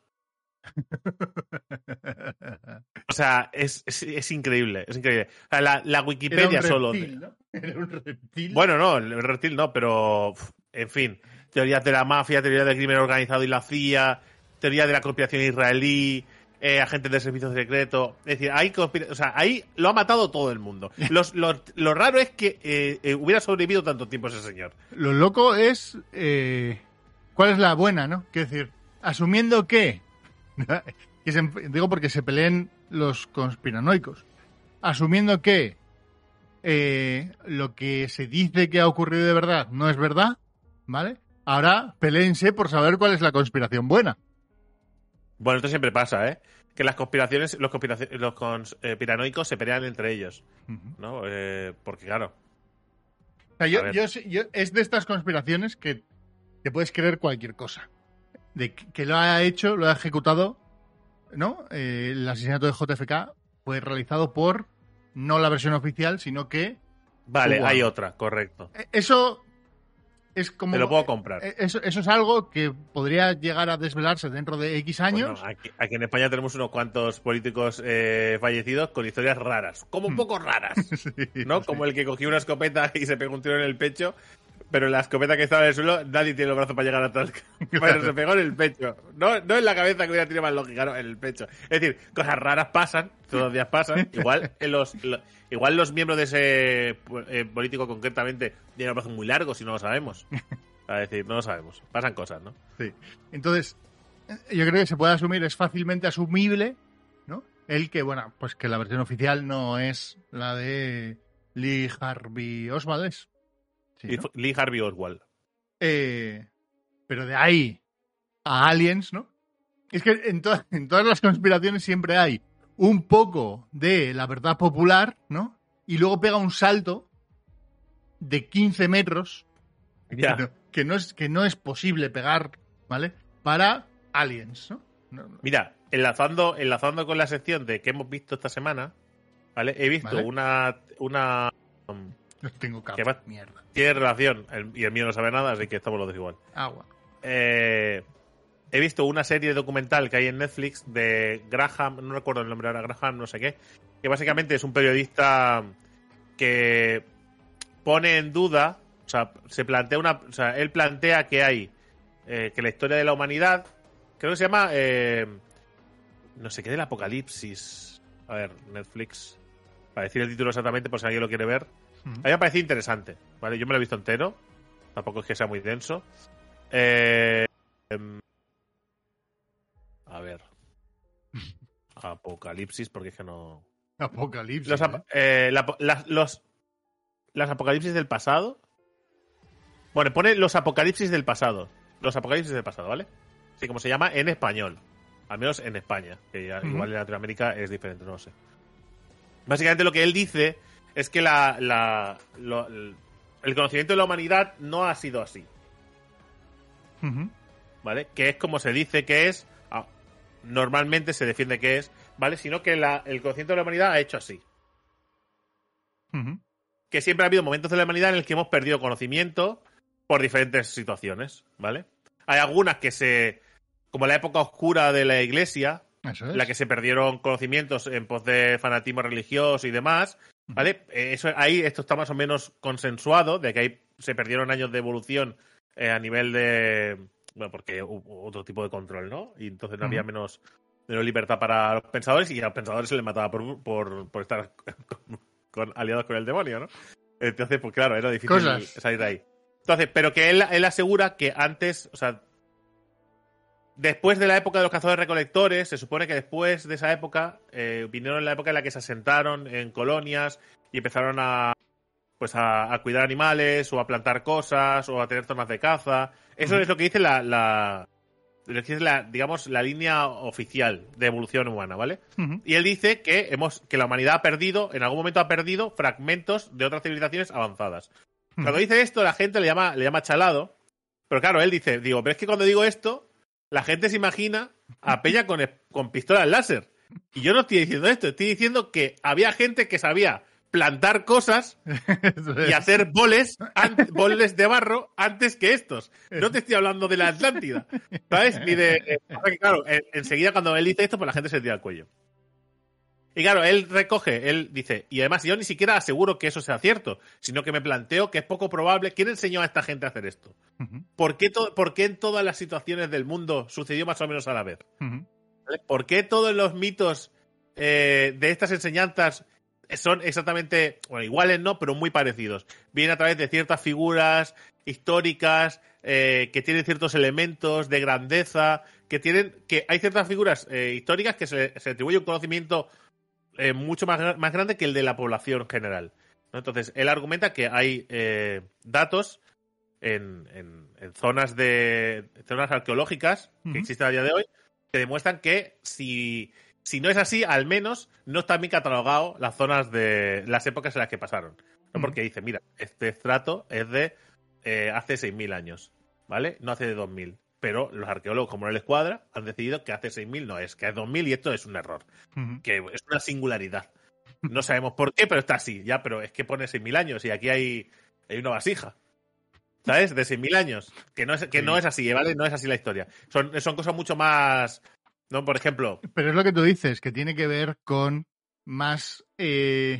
S2: O sea, es, es, es increíble, es increíble. O sea, la, la Wikipedia
S3: Era un
S2: solo...
S3: reptil, ¿no? Era un reptil.
S2: Bueno, no, el reptil no, pero... uf, en fin, teorías de la mafia, teorías del crimen organizado y la C I A, teorías de la conspiración israelí, eh, agentes de servicio secreto. Es decir, hay conspira- o sea, ahí lo ha matado todo el mundo. Los, los, lo raro es que eh, eh, hubiera sobrevivido tanto tiempo ese señor.
S3: Lo loco es... eh, ¿cuál es la buena, no? Quiero decir, asumiendo que... que se, digo porque se peleen los conspiranoicos. Asumiendo que eh, lo que se dice que ha ocurrido de verdad no es verdad, ¿vale? Ahora peleense por saber cuál es la conspiración buena.
S2: Bueno, esto siempre pasa, ¿eh? Que las conspiraciones, los, conspiraci- los conspiranoicos se pelean entre ellos,
S3: Uh-huh.
S2: ¿no? Eh, porque, claro,
S3: O sea,
S2: A
S3: yo,
S2: ver.
S3: yo, sé- yo- es de estas conspiraciones que te puedes creer cualquier cosa. De que, que lo ha hecho, lo ha ejecutado, ¿no? Eh, el asesinato de J F K fue realizado por no la versión oficial, sino que
S2: vale,
S3: Hubo
S2: hay
S3: algo.
S2: otra, correcto.
S3: eh, eso es como...
S2: Te lo puedo comprar.
S3: eh, Eso, eso es algo que podría llegar a desvelarse dentro de X años.
S2: Bueno, aquí, aquí en España tenemos unos cuantos políticos eh, fallecidos con historias raras, como un
S3: Hmm.
S2: poco raras,
S3: Sí,
S2: ¿no?
S3: sí.
S2: Como el que cogió una escopeta y se pegó un tiro en el pecho, pero la escopeta que estaba en el suelo, nadie tiene los brazos para llegar atrás, pero se pegó en el pecho. No, no en la cabeza, que hubiera tenido más lógica, no, en el pecho. Es decir, cosas raras pasan, todos los días pasan. Igual en los, lo- igual los miembros de ese eh, político concretamente tienen los brazos muy largos y no lo sabemos. Es decir, no lo sabemos. Pasan cosas, ¿no?
S3: Sí. Entonces, eh, yo creo que se puede asumir, es fácilmente asumible, ¿no? El que, bueno, pues que la versión oficial no es la de Lee Harvey Oswald, ¿es? Sí,
S2: Lee,
S3: ¿no?
S2: Lee Harvey Oswald.
S3: Eh, pero de ahí a aliens, ¿no? Es que en, to- en todas las conspiraciones siempre hay un poco de la verdad popular, ¿no? Y luego pega un salto de quince metros
S2: Ya.
S3: que, no, que, no es, que no es posible pegar, ¿vale? Para aliens, ¿no? No, no.
S2: Mira, enlazando, enlazando con la sección de que hemos visto esta semana, ¿vale? He visto
S3: Vale.
S2: una, una um,
S3: No tengo
S2: ¿Qué
S3: capa.
S2: va?
S3: Mierda.
S2: tiene relación, el- y el mío no sabe nada, así que estamos los dos igual.
S3: Agua.
S2: Eh, he visto una serie documental que hay en Netflix de Graham, no recuerdo el nombre ahora, Graham no sé qué, que básicamente es un periodista que pone en duda, o sea, se plantea una, o sea, él plantea que hay, eh, que la historia de la humanidad, creo que se llama, eh, no sé qué del apocalipsis, a ver, Netflix, para decir el título exactamente por si alguien lo quiere ver.
S3: Ujú.
S2: A mí me parece interesante, ¿vale? Yo me lo he visto entero. Tampoco es que sea muy denso. Eh, em, a ver. Apocalipsis, porque es que no...
S3: Apocalipsis.
S2: Los, ap-
S3: ¿eh?
S2: eh, la- las, los, las apocalipsis del pasado. Bueno, pone los apocalipsis del pasado. Los apocalipsis del pasado, ¿vale? Así como se llama en español. Al menos en España. Que ya-
S3: Ujú.
S2: igual en Latinoamérica es diferente, no lo sé. Básicamente lo que él dice es que la, la, lo- el el conocimiento de la humanidad no ha sido así,
S3: Ujú.
S2: ¿vale? Que es como se dice que es, ah, normalmente se defiende que es, ¿vale? Sino que la- el conocimiento de la humanidad ha hecho así.
S3: Ujú.
S2: Que siempre ha habido momentos de la humanidad en el que hemos perdido conocimiento por diferentes situaciones, ¿vale? Hay algunas que se... como la época oscura de la Iglesia,
S3: Eso es.
S2: en la que se perdieron conocimientos en pos de fanatismo religioso y demás, ¿vale? Eh, Eso, ahí esto está más o menos consensuado, de que ahí se perdieron años de evolución eh, a nivel de... Bueno, porque hubo otro tipo de control, ¿no? Y entonces no había
S3: Ujú.
S2: menos, menos libertad para los pensadores y a los pensadores se les mataba por, por, por estar con, con- aliados con el demonio, ¿no? Entonces, pues claro, era difícil
S3: Cosas.
S2: salir de ahí. Entonces, pero que él, él asegura que antes, o sea, después de la época de los cazadores-recolectores, se supone que después de esa época, eh, vinieron la época en la que se asentaron en colonias y empezaron a pues a, a cuidar animales o a plantar cosas o a tener zonas de caza. Eso
S3: Ujú.
S2: es lo que dice la, la, lo que dice la, digamos, la línea oficial de evolución humana, ¿vale?
S3: Ujú.
S2: Y él dice que hemos, que la humanidad ha perdido, en algún momento ha perdido fragmentos de otras civilizaciones avanzadas. Cuando dice esto, la gente le llama, le llama chalado. Pero claro, él dice, digo, pero es que cuando digo esto, la gente se imagina a Peña con, con pistolas láser. Y yo no estoy diciendo esto, estoy diciendo que había gente que sabía plantar cosas y hacer boles, an- boles de barro antes que estos. No te estoy hablando de la Atlántida, ¿sabes? Ni de... Eh, claro, en, enseguida cuando él dice esto, pues la gente se tira al cuello. Y claro, él recoge, él dice, y además yo ni siquiera aseguro que eso sea cierto, sino que me planteo que es poco probable. ¿Quién enseñó a esta gente a hacer esto? Uh-huh. ¿Por qué, to- ¿Por qué en todas las situaciones del mundo sucedió más o menos a la vez? Uh-huh. ¿Vale? ¿Por qué todos los mitos eh, de estas enseñanzas son exactamente, bueno, iguales no, pero muy parecidos? Vienen a través de ciertas figuras históricas eh, que tienen ciertos elementos de grandeza, que tienen, que hay ciertas figuras eh, históricas que se, se atribuye un conocimiento eh, mucho más, más grande que el de la población general, ¿no? Entonces, él argumenta que hay eh, datos en, en, en zonas de zonas arqueológicas que uh-huh. existen a día de hoy que demuestran que si Si no es así, al menos no está bien catalogado las zonas de las épocas en las que pasaron. ¿No? Porque dice, mira, este estrato es de eh, hace seis mil años, ¿vale? No hace de dos mil. Pero los arqueólogos, como no les cuadra, han decidido que hace seis mil no es, que es dos mil y esto es un error. Uh-huh. Que es una singularidad. No sabemos por qué, pero está así. Ya, pero es que pone seis mil años y aquí hay, hay una vasija, ¿sabes? De seis mil años. Que no es, que sí. no es así, ¿vale? No es así la historia. Son, son cosas mucho más... No, por ejemplo...
S3: Pero es lo que tú dices, que tiene que ver con más eh,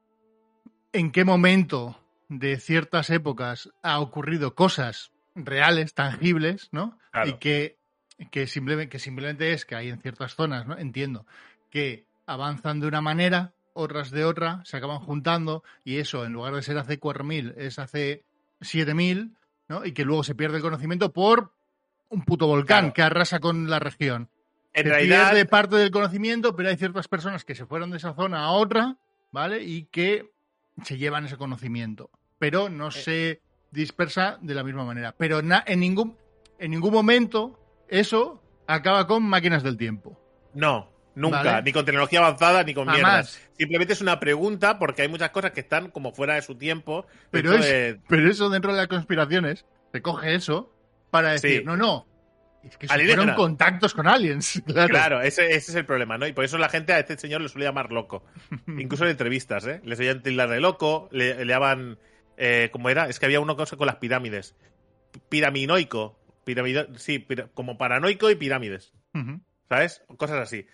S3: en qué momento de ciertas épocas ha ocurrido cosas reales, tangibles, ¿no? Claro. Y que, que, simplemente, que simplemente es que hay en ciertas zonas, ¿no? Entiendo, que avanzan de una manera, otras de otra, se acaban juntando y eso, en lugar de ser hace cuatro mil, es hace siete mil, ¿no? Y que luego se pierde el conocimiento por un puto volcán claro. que arrasa con la región. En se realidad pierde parte del conocimiento, pero hay ciertas personas que se fueron de esa zona a otra, ¿vale? Y que se llevan ese conocimiento, pero no eh. se dispersa de la misma manera. Pero na- en ningún en ningún momento eso acaba con máquinas del tiempo.
S2: No, nunca, ¿vale? Ni con tecnología avanzada ni con Jamás. mierdas. Simplemente es una pregunta porque hay muchas cosas que están como fuera de su tiempo.
S3: Pero, es,
S2: de...
S3: pero eso dentro de las conspiraciones se coge eso para decir, sí. no, no. Es que fueron contactos con aliens. Claro,
S2: claro ese, ese es el problema, ¿no? Y por eso la gente a este señor le suele llamar loco. Incluso en entrevistas, ¿eh? Le solían tildar de loco, le, le llamaban... Eh, ¿Cómo era? Es que había una cosa con las pirámides. Piraminoico. Piramido, sí, pir, como paranoico y pirámides. Uh-huh. ¿Sabes? Cosas así.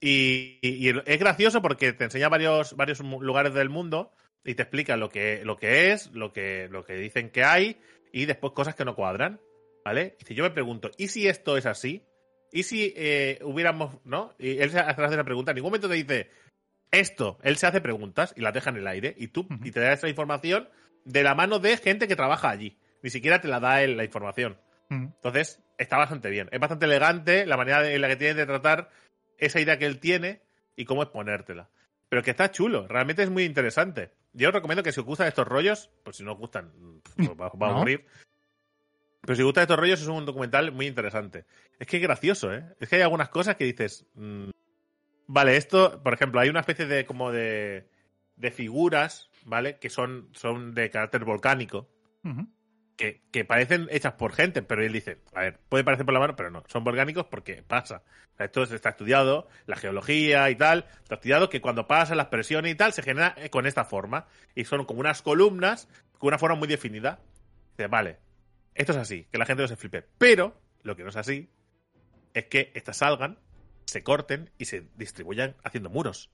S2: Y, y, y es gracioso porque te enseña varios, varios lugares del mundo y te explica lo que, lo que es, lo que, lo que dicen que hay y después cosas que no cuadran. ¿Vale? Y si yo me pregunto, ¿y si esto es así? ¿Y si eh, hubiéramos, ¿no? Y él se hace una pregunta, en ningún momento te dice esto, él se hace preguntas y las deja en el aire y tú, uh-huh. y te da esa información de la mano de gente que trabaja allí. Ni siquiera te la da él la información. Uh-huh. Entonces, está bastante bien. Es bastante elegante la manera en la que tiene de tratar esa idea que él tiene y cómo exponértela. Pero que está chulo, realmente es muy interesante. Yo os recomiendo que si os gustan estos rollos, pues si no os gustan, pues va, va a aburrir. ¿No? Pero si gusta estos rollos, es un documental muy interesante. Es que es gracioso, ¿eh? Es que hay algunas cosas que dices... Mmm, vale, esto... Por ejemplo, hay una especie de... como de... de figuras, ¿vale? Que son, son de carácter volcánico. Uh-huh. Que, que parecen hechas por gente, pero él dice... A ver, puede parecer por la mano, pero no. Son volcánicos porque pasa. O sea, esto está estudiado, la geología y tal. Está estudiado que cuando pasan las presiones y tal, se genera con esta forma. Y son como unas columnas con una forma muy definida. Dice, vale... Esto es así, que la gente no se flipe. Pero lo que no es así es que estas salgan, se corten y se distribuyan haciendo muros.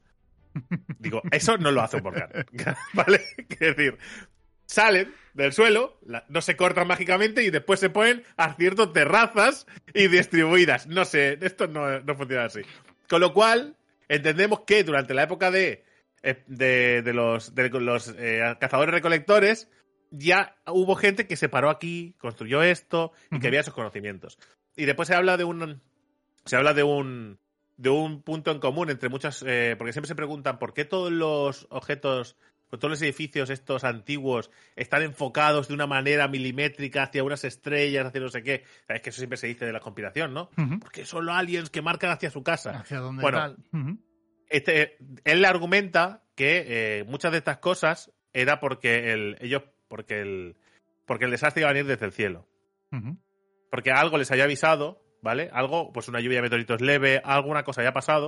S2: Digo, eso no lo hace un volcán. ¿Vale? Es decir, salen del suelo, no se cortan mágicamente y después se ponen a ciertas terrazas y distribuidas. No sé, esto no, no funciona así. Con lo cual, entendemos que durante la época de, de, de los, de los eh, cazadores-recolectores ya hubo gente que se paró aquí, construyó esto y uh-huh. que había esos conocimientos. Y después se habla de un se habla de un de un punto en común entre muchas eh, porque siempre se preguntan por qué todos los objetos, todos los edificios estos antiguos están enfocados de una manera milimétrica hacia unas estrellas, hacia no sé qué. Es que eso siempre se dice de la conspiración, ¿no? Uh-huh. Porque son los aliens que marcan hacia su casa.
S3: Hacia dónde
S2: bueno,
S3: tal. Uh-huh.
S2: este, él le argumenta que eh, muchas de estas cosas era porque el, ellos Porque el, porque el desastre iba a venir desde el cielo. Uh-huh. Porque algo les había avisado, ¿vale? Algo, pues una lluvia de meteoritos leve, alguna cosa había pasado,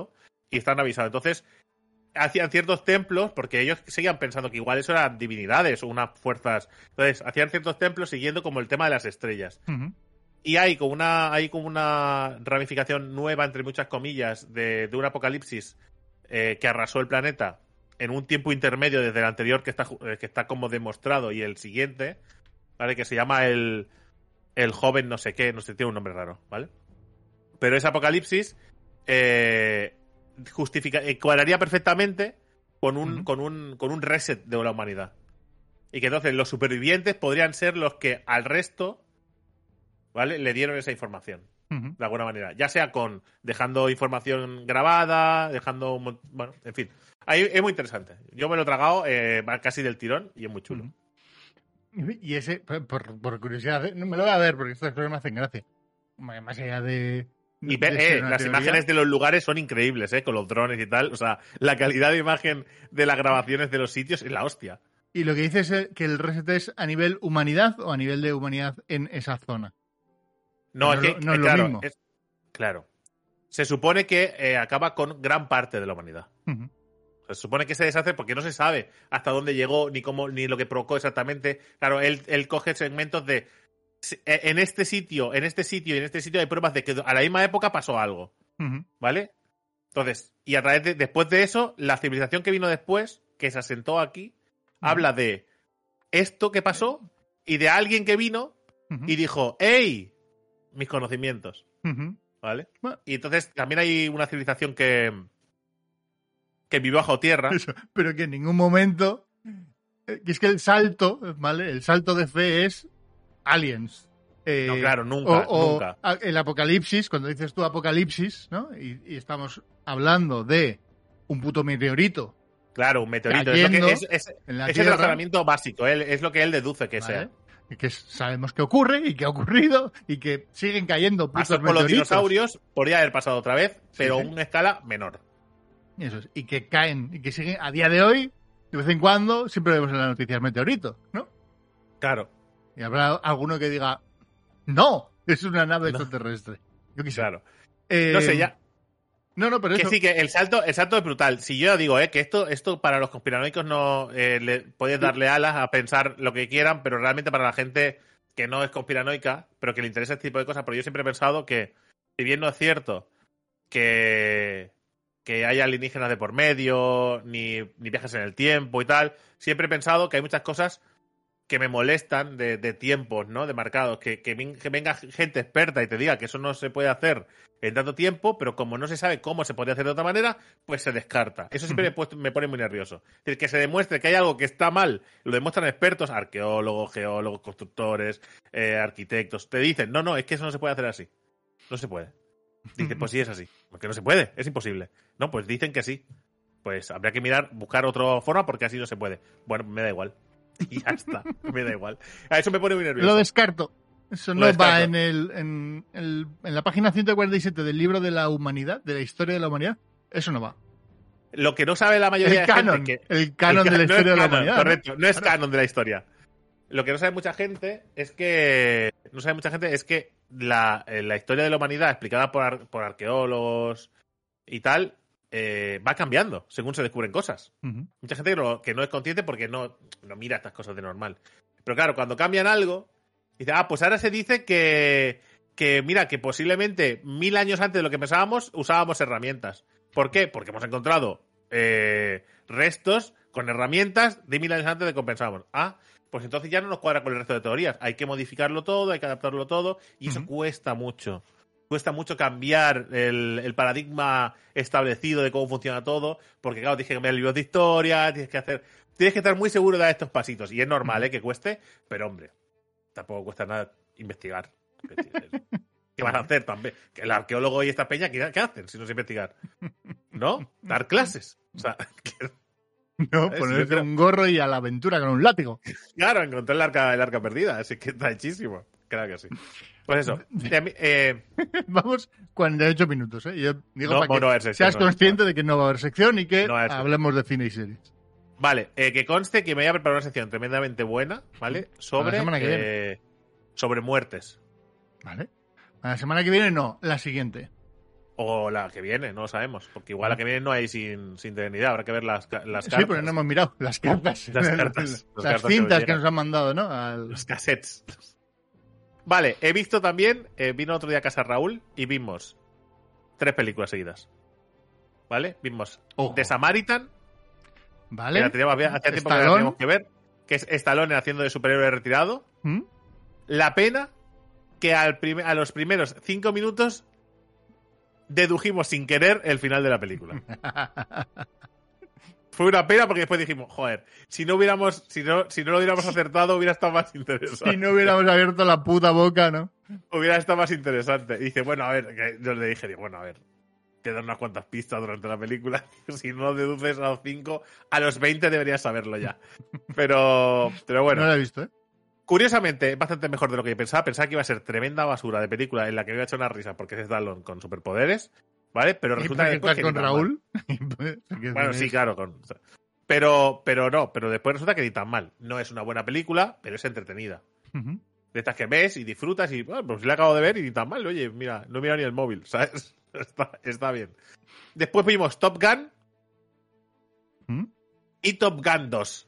S2: y están avisados. Entonces, hacían ciertos templos, porque ellos seguían pensando que igual eso eran divinidades o unas fuerzas. Entonces, hacían ciertos templos siguiendo como el tema de las estrellas.
S3: Uh-huh.
S2: Y hay como una, hay como una ramificación nueva, entre muchas comillas, de, de un apocalipsis eh, que arrasó el planeta en un tiempo intermedio desde el anterior que está, que está como demostrado y el siguiente, ¿vale? Que se llama el, el joven no sé qué, no sé, tiene un nombre raro, ¿vale? Pero ese apocalipsis eh, justifica, eh, cuadraría perfectamente con un, uh-huh. con un, con un reset de la humanidad. Y que entonces los supervivientes podrían ser los que al resto, ¿vale?, le dieron esa información. Uh-huh. De alguna manera. Ya sea con dejando información grabada, dejando... Bueno, en fin. Ahí es muy interesante. Yo me lo he tragado eh, casi del tirón y es muy chulo.
S3: Uh-huh. Y ese, por, por curiosidad, no me lo voy a ver porque estas cosas me hacen gracia. Más allá de...
S2: Y ve, eh, las teoría. Imágenes de los lugares son increíbles, ¿eh? Con los drones y tal. O sea, la calidad de imagen de las grabaciones de los sitios es la hostia.
S3: Y lo que dices es que el reset es a nivel humanidad o a nivel de humanidad en esa zona.
S2: No,
S3: no,
S2: es que,
S3: no es
S2: claro,
S3: lo mismo.
S2: Es, claro. Se supone que eh, acaba con gran parte de la humanidad.
S3: Uh-huh.
S2: Se supone que se deshace porque no se sabe hasta dónde llegó, ni cómo, ni lo que provocó exactamente. Claro, él, él coge segmentos de en este sitio, en este sitio y en este sitio hay pruebas de que a la misma época pasó algo.
S3: Uh-huh.
S2: ¿Vale? Entonces, y a través de, después de eso, la civilización que vino después, que se asentó aquí, uh-huh. habla de esto que pasó y de alguien que vino uh-huh. y dijo, ¡ey! Mis conocimientos.
S3: Uh-huh.
S2: ¿Vale? Bueno. Y entonces también hay una civilización que que vivió bajo tierra.
S3: Eso, pero que en ningún momento... Que es que el salto, ¿vale? El salto de fe es aliens. Eh,
S2: no, claro, nunca,
S3: o,
S2: nunca.
S3: O el apocalipsis, cuando dices tú apocalipsis, ¿no? Y, y estamos hablando de un puto meteorito.
S2: Claro, un meteorito. Es, lo que, es, es,
S3: en la
S2: es
S3: tierra,
S2: el razonamiento básico, él, es lo que él deduce que
S3: ¿vale?
S2: sea.
S3: Y que sabemos que ocurre y que ha ocurrido y que siguen cayendo putos
S2: Pasó
S3: meteoritos.
S2: Por los dinosaurios podría haber pasado otra vez, pero a
S3: sí, sí.
S2: una escala menor.
S3: Eso es. Y que caen, y que siguen a día de hoy, de vez en cuando, siempre vemos en las noticias meteoritos, ¿no?
S2: Claro.
S3: Y habrá alguno que diga, no, es una nave
S2: no.
S3: extraterrestre. Yo qué sé.
S2: Claro.
S3: Eh,
S2: no sé, ya...
S3: No, no, pero
S2: que
S3: eso...
S2: sí, que el salto, el salto es brutal. Si yo digo, eh, que esto, esto para los conspiranoicos no eh, le puedes darle alas a pensar lo que quieran, pero realmente para la gente que no es conspiranoica, pero que le interesa este tipo de cosas, porque yo siempre he pensado que, si bien no es cierto que, que haya alienígenas de por medio, ni, ni viajes en el tiempo y tal, siempre he pensado que hay muchas cosas que me molestan de, de tiempos, ¿no? De marcados, que, que, que venga gente experta y te diga que eso no se puede hacer en tanto tiempo, pero como no se sabe cómo se podría hacer de otra manera, pues se descarta. Eso siempre me, puesto, me pone muy nervioso. Es decir, que se demuestre que hay algo que está mal, lo demuestran expertos, arqueólogos, geólogos, constructores, eh, arquitectos, te dicen, no, no, es que eso no se puede hacer así. No se puede. Dicen, pues sí, es así. Porque no se puede, es imposible. No, pues dicen que sí. Pues habría que mirar, buscar otra forma porque así no se puede. Bueno, me da igual. Y ya está, me da igual. A eso me pone muy nervioso.
S3: Lo descarto. Eso
S2: Lo
S3: no
S2: descarto.
S3: va en, el, en, el, en la página ciento cuarenta y siete del libro de la humanidad, de la historia de la humanidad. Eso no va.
S2: Lo que no sabe la mayoría
S3: el
S2: de
S3: canon,
S2: gente... Que,
S3: el canon el
S2: el
S3: de la
S2: no
S3: historia de la
S2: canon,
S3: humanidad.
S2: Correcto, no es
S3: claro.
S2: canon de la historia. Lo que no sabe mucha gente es que... No sabe mucha gente es que la, la historia de la humanidad explicada por, ar, por arqueólogos y tal... Eh, va cambiando según se descubren cosas.
S3: Uh-huh.
S2: Mucha gente que no, que no es consciente porque no, no mira estas cosas de normal. Pero claro, cuando cambian algo, dice, ah, pues ahora se dice que, que, mira, que posiblemente mil años antes de lo que pensábamos, usábamos herramientas. ¿Por qué? Porque hemos encontrado eh, restos con herramientas de mil años antes de lo que pensábamos. Ah, pues entonces ya no nos cuadra con el resto de teorías. Hay que modificarlo todo, hay que adaptarlo todo, y uh-huh. eso cuesta mucho. Cuesta mucho cambiar el, el paradigma establecido de cómo funciona todo, porque claro, tienes que cambiar libros de historia, tienes que hacer, tienes que estar muy seguro de dar estos pasitos, y es normal, ¿eh? Que cueste, pero hombre, tampoco cuesta nada investigar. ¿Qué vas a hacer también? Que el arqueólogo y esta peña, ¿qué, qué hacen si no es investigar? ¿No? Dar clases. O sea, que,
S3: no, ponerse un gorro y a la aventura con un látigo.
S2: Claro, encontré el arca, el arca perdida, así que está hechísimo. Claro que sí. Pues eso. Eh,
S3: Vamos cuarenta y ocho minutos, ¿eh? Yo digo
S2: no,
S3: para que
S2: no sección,
S3: seas
S2: no,
S3: consciente
S2: no.
S3: de que no va a haber sección y que
S2: no
S3: hablemos de cine y series.
S2: Vale, eh, que conste que me voy a preparar una sección tremendamente buena, ¿vale? Sobre,
S3: la semana que viene.
S2: Eh, sobre muertes.
S3: Vale. La semana que viene no, la siguiente.
S2: O la que viene, no lo sabemos. Porque igual la que viene no hay sin, sin eternidad. Habrá que ver las, las cartas.
S3: Sí, pero no hemos mirado las cartas.
S2: Las cartas.
S3: Las,
S2: las
S3: las
S2: cartas
S3: cintas
S2: que,
S3: que nos han mandado, ¿no? Al...
S2: Los cassettes. Vale, he visto también, eh, vino otro día a casa Raúl y vimos tres películas seguidas. ¿Vale? Vimos
S3: Ojo.
S2: The Samaritan.
S3: Vale.
S2: Que la teníamos, hacía tiempo que la teníamos que ver. Que es Stallone haciendo de superhéroe retirado.
S3: ¿Mm?
S2: La pena que al prim- a los primeros cinco minutos dedujimos sin querer el final de la película. Fue una pena porque después dijimos, joder, si no hubiéramos, si no, si no lo hubiéramos acertado, hubiera estado más interesante.
S3: Si no hubiéramos abierto la puta boca, ¿no?
S2: Hubiera estado más interesante. Y dice, bueno, a ver, que yo le dije, digo, bueno, a ver, te dan unas cuantas pistas durante la película. Si no lo deduces a los cinco, a los veinte deberías saberlo ya. Pero, pero bueno.
S3: No lo he visto, ¿eh?
S2: Curiosamente, es bastante mejor de lo que pensaba. Pensaba que iba a ser tremenda basura de película en la que me iba a echar una risa porque es Stallone con superpoderes, ¿vale? Pero resulta que después
S3: estás con Raúl.
S2: Bueno, sí, claro. Con... Pero, pero no, pero después resulta que ni tan mal. No es una buena película, pero es entretenida.
S3: Uh-huh.
S2: De estas que ves y disfrutas y, bueno, pues la acabo de ver y ni tan mal. Oye, mira, no mira ni el móvil, ¿sabes? Está, está bien. Después vimos Top Gun
S3: ¿Mm?
S2: y Top Gun dos.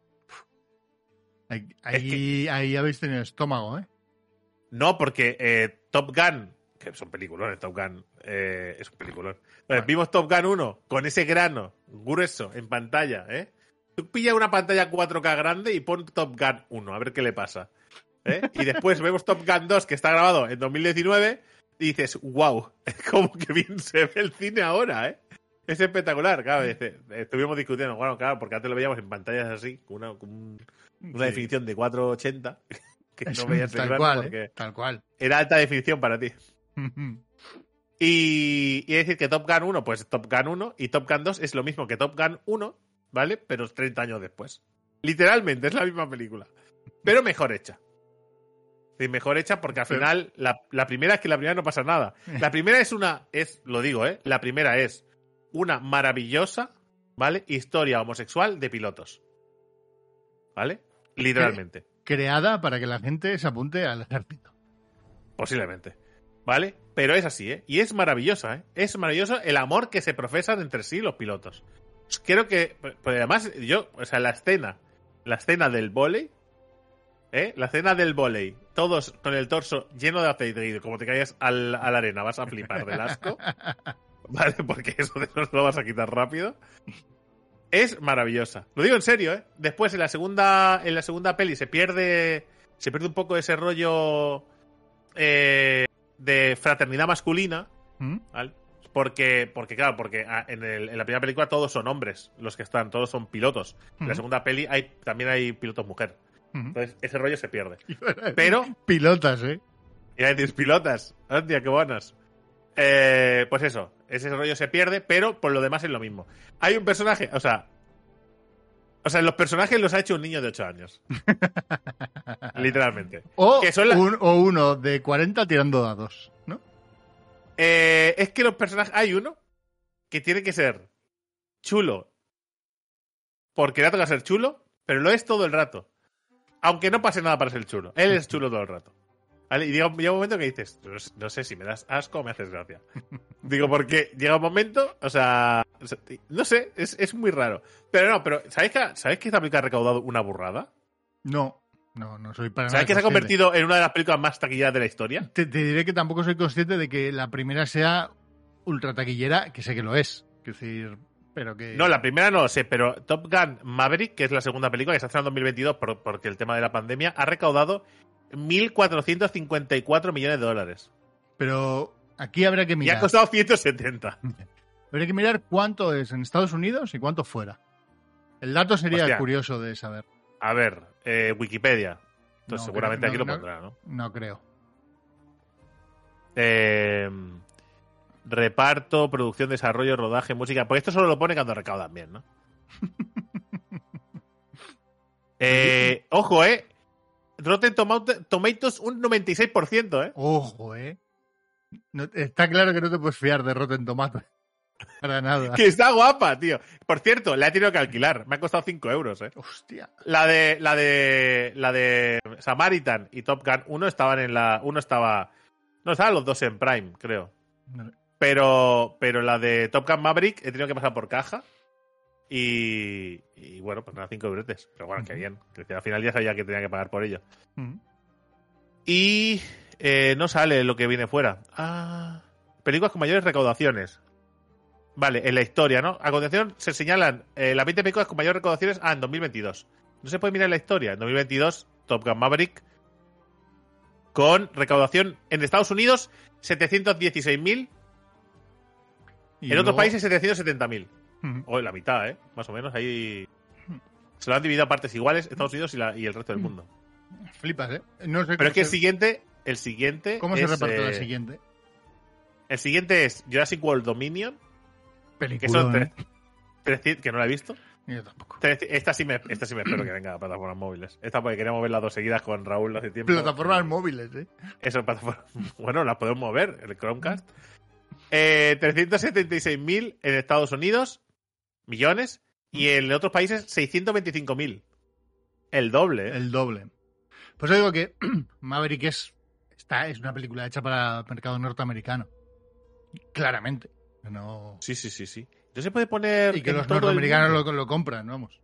S3: Ahí, ahí, que... ahí habéis tenido estómago, ¿eh?
S2: No, porque eh, Top Gun, que son peliculones, Top Gun eh, es un peliculón. Bueno. Vimos Top Gun uno con ese grano grueso en pantalla, ¿eh? Tú pilla una pantalla cuatro K grande y pon Top Gun uno, a ver qué le pasa. ¿Eh? Y después vemos Top Gun dos, que está grabado en dos mil diecinueve, y dices, wow, cómo que bien se ve el cine ahora, ¿eh? Es espectacular, claro. Dice, estuvimos discutiendo, bueno, claro, porque antes lo veíamos en pantallas así, con una, con una sí. definición de cuatrocientos ochenta, que
S3: es
S2: no veías
S3: tal cual, porque ¿eh? Tal cual.
S2: Era alta definición para ti. y, y decir que Top Gun uno, pues Top Gun uno, y Top Gun dos es lo mismo que Top Gun uno, ¿vale? Pero treinta años después. Literalmente, es la misma película. Pero mejor hecha. Sí, mejor hecha porque al final, la, la primera es que la primera no pasa nada. La primera es una, es, lo digo, ¿eh? La primera es una maravillosa, ¿vale? Historia homosexual de pilotos. ¿Vale? Literalmente.
S3: Creada para que la gente se apunte al ejército.
S2: Posiblemente. ¿Vale? Pero es así, ¿eh? Y es maravillosa, ¿eh? Es maravilloso el amor que se profesan entre sí los pilotos. Creo que, pues además, yo, o sea, la escena, la escena del vóley, ¿eh? La escena del vóley, todos con el torso lleno de aceite y como te caigas al, a la arena vas a flipar del asco. ¿Vale? Porque eso no lo vas a quitar rápido. Es maravillosa. Lo digo en serio, ¿eh? Después, en la segunda, en la segunda peli se pierde, se pierde un poco ese rollo eh, de fraternidad masculina,
S3: ¿Mm?
S2: ¿vale? Porque, porque claro, porque en, el, en la primera película todos son hombres los que están, todos son pilotos. En
S3: ¿Mm?
S2: la segunda peli hay, también hay pilotos mujer.
S3: ¿Mm?
S2: Entonces, ese rollo se pierde. Pero...
S3: Pilotas, ¿eh?
S2: Y hay pilotas. Hostia, qué buenas. Eh, pues eso, ese rollo se pierde, pero por lo demás es lo mismo. Hay un personaje, o sea... O sea, los personajes los ha hecho un niño de ocho años. Literalmente.
S3: O,
S2: que son la...
S3: un, o uno de cuarenta tirando dados, ¿no?
S2: Eh, es que los personajes... Hay uno que tiene que ser chulo porque le toca ser chulo, pero lo es todo el rato. Aunque no pase nada para ser chulo. Él es chulo todo el rato. ¿Vale? Y llega, llega un momento que dices, no, no sé si me das asco o me haces gracia. Digo, porque llega un momento, o sea, no sé, es, es muy raro. Pero no, pero ¿sabéis que, ¿sabéis que esta película ha recaudado una burrada?
S3: No, no, no soy para nada.
S2: ¿Sabéis que se ha convertido en una de las películas más taquilleras de la historia?
S3: Te, te diré que tampoco soy consciente de que la primera sea ultra taquillera, que sé que lo es. Quiero decir, pero que...
S2: No, la primera no lo sé, pero Top Gun Maverick, que es la segunda película que se hace en dos mil veintidós por, porque el tema de la pandemia, ha recaudado mil cuatrocientos cincuenta y cuatro millones de dólares.
S3: Pero aquí habrá que mirar.
S2: Y ha costado ciento setenta.
S3: Habría que mirar cuánto es en Estados Unidos y cuánto fuera. El dato sería Hostia. curioso de saber.
S2: A ver, eh, Wikipedia. Entonces
S3: no,
S2: seguramente
S3: no,
S2: aquí
S3: no,
S2: lo pondrá, ¿no?
S3: No creo.
S2: Eh, reparto, producción, desarrollo, rodaje, música. Porque esto solo lo pone cuando recaudan bien, ¿no? eh, ojo, ¿eh? Rotten Tomatoes un noventa y seis por ciento, ¿eh?
S3: Ojo, ¿eh? No, está claro que no te puedes fiar de Rotten Tomatoes. Para nada.
S2: Que está guapa, tío. Por cierto, la he tenido que alquilar. Me ha costado cinco euros, ¿eh?
S3: Hostia.
S2: La de, la de, la de Samaritan y Top Gun uno estaban en la... Uno estaba... No, estaban los dos en Prime, creo. Pero, pero la de Top Gun Maverick he tenido que pasar por caja. Y, y bueno, pues nada, cinco euretes. Pero bueno, uh-huh. qué bien. Que al final ya sabía que tenía que pagar por ello. Uh-huh. Y eh, no sale lo que viene fuera. Ah, películas con mayores recaudaciones. Vale, en la historia, ¿no? A continuación se señalan eh, las veinte películas con mayores recaudaciones. Ah, en dos mil veintidós. No se puede mirar en la historia. En dos mil veintidós, Top Gun Maverick con recaudación en Estados Unidos setecientos dieciséis mil. En luego... otros países setecientos setenta mil. Uh-huh. O la mitad, ¿eh? Más o menos. Ahí se lo han dividido a partes iguales Estados Unidos y, la, y el resto del mundo.
S3: Flipas, ¿eh? No sé
S2: Pero es que
S3: se...
S2: el siguiente... El siguiente
S3: ¿Cómo
S2: es,
S3: se reparte
S2: eh...
S3: el siguiente?
S2: El siguiente es Jurassic World Dominion.
S3: Película,
S2: que, son
S3: ¿eh?
S2: tres, tres, que no la he visto.
S3: Yo tampoco.
S2: Esta sí me, esta sí me espero que venga a plataformas móviles. Esta porque queríamos ver las dos seguidas con Raúl hace tiempo.
S3: Plataformas móviles, ¿eh?
S2: Eso, plataformas. Bueno, las podemos mover, el Chromecast. Eh, trescientos setenta y seis mil en Estados Unidos, millones, y en otros países seiscientos veinticinco mil. El doble, ¿eh?
S3: El doble. Pues yo digo que Maverick es, está, es una película hecha para el mercado norteamericano. Claramente. No...
S2: Sí, sí, sí, sí. No se puede poner...
S3: Y que los norteamericanos lo, lo compran, vamos.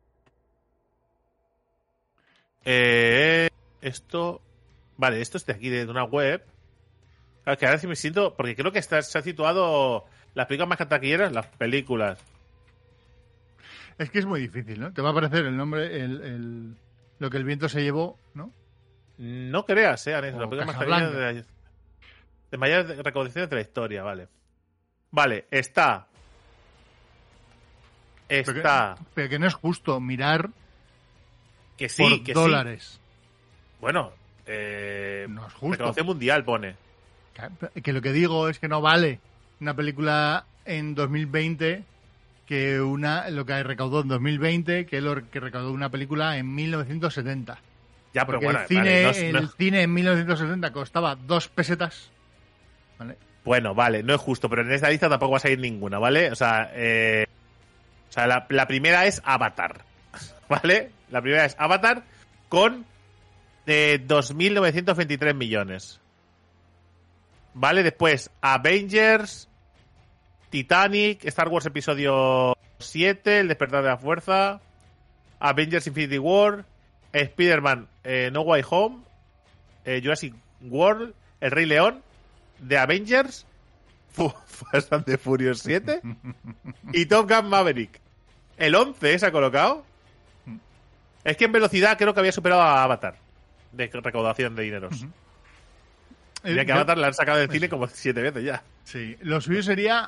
S2: Eh, esto... Vale, esto es de aquí, de una web. Claro, que ahora sí me siento... Porque creo que está, se han situado las películas más taquilleras, las películas.
S3: Es que es muy difícil, ¿no? Te va a aparecer el nombre, el, el lo que el viento se llevó, ¿no?
S2: No creas, ¿eh? Las películas más taquilleras de, la, de mayor recaudación de la historia, vale. Vale, está... Está...
S3: Pero que, pero que no es justo mirar
S2: que sí,
S3: por
S2: que
S3: dólares.
S2: Sí. Bueno, eh,
S3: no es justo.
S2: Recaudación mundial pone.
S3: Que lo que digo es que no vale una película en dos mil veinte que una lo que recaudó en dos mil veinte que lo que recaudó una película en mil novecientos setenta.
S2: Ya, pero
S3: porque
S2: bueno,
S3: el cine,
S2: vale, no,
S3: el
S2: no...
S3: cine en mil novecientos setenta costaba dos pesetas. ¿Vale?
S2: Bueno, vale, no es justo, pero en esta lista tampoco va a salir ninguna, ¿vale? O sea, eh, o sea la, la primera es Avatar, ¿vale? La primera es Avatar con eh, dos mil novecientos veintitrés millones. Vale, después Avengers, Titanic, Star Wars Episodio siete, El Despertar de la Fuerza, Avengers Infinity War, Spider-Man eh, No Way Home, eh, Jurassic World, El Rey León, The Avengers, Fast and the Furious siete y Top Gun Maverick. El once se ha colocado. Es que en velocidad creo que había superado a Avatar de recaudación de dineros. Uh-huh. Mira que eh, Avatar la han sacado del cine como siete veces ya.
S3: Sí, lo suyo sería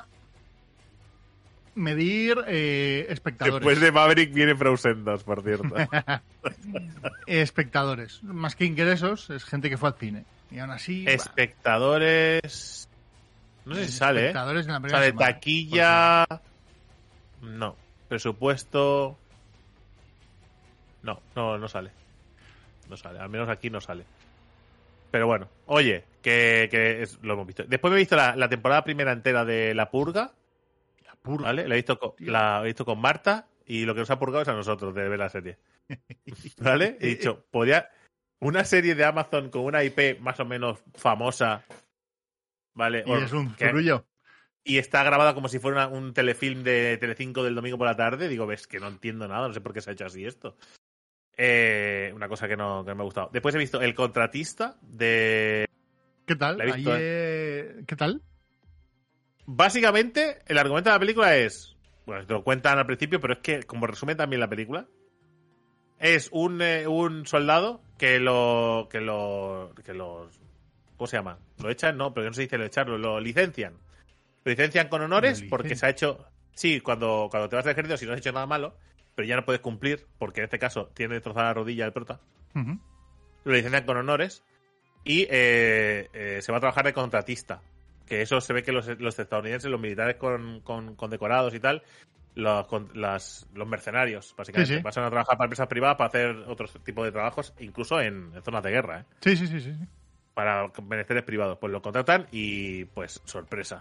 S3: medir eh, espectadores.
S2: Después de Maverick viene Frozen dos, por cierto.
S3: Espectadores. Más que ingresos, es gente que fue al cine. Y aún así...
S2: Espectadores... No sé si sale, ¿eh?
S3: Espectadores en la primera
S2: sale
S3: semana,
S2: taquilla... No. Presupuesto... No, no, no sale. No sale. Al menos aquí no sale. Pero bueno. Oye, que, que es, lo hemos visto. Después me he visto la, la temporada primera entera de La Purga.
S3: La Purga.
S2: ¿Vale? La he visto con, la he visto con Marta y lo que nos ha purgado es a nosotros de ver la serie. ¿Vale? He dicho, podría... Una serie de Amazon con una I P más o menos famosa, ¿vale?
S3: Y o, es un zurullo.
S2: Y está grabada como si fuera una, un telefilm de Telecinco del domingo por la tarde. Digo, ves que no entiendo nada, no sé por qué se ha hecho así esto. Eh, una cosa que no, que no me ha gustado. Después he visto El Contratista de...
S3: ¿Qué tal?
S2: He visto,
S3: eh... ¿Qué tal?
S2: Básicamente, el argumento de la película es... Bueno, te lo cuentan al principio, pero es que, como resume también la película... Es un, eh, un soldado que lo, que lo. que los. ¿Cómo se llama? Lo echan, no, pero no se dice lo echarlo, lo licencian. Lo licencian con honores porque se ha hecho. Sí, cuando, cuando te vas al ejército, si no has hecho nada malo, pero ya no puedes cumplir, porque en este caso tiene destrozada la rodilla el prota. Uh-huh. Lo licencian con honores y eh, eh, se va a trabajar de contratista. Que eso se ve que los, los estadounidenses, los militares con, con, con decorados y tal. Los, las, los mercenarios, básicamente. Sí, sí. Pasan a trabajar para empresas privadas para hacer otro tipo de trabajos, incluso en, en zonas de guerra, ¿eh?
S3: Sí, sí, sí, sí.
S2: Para menesteres privados. Pues lo contratan y, pues, sorpresa.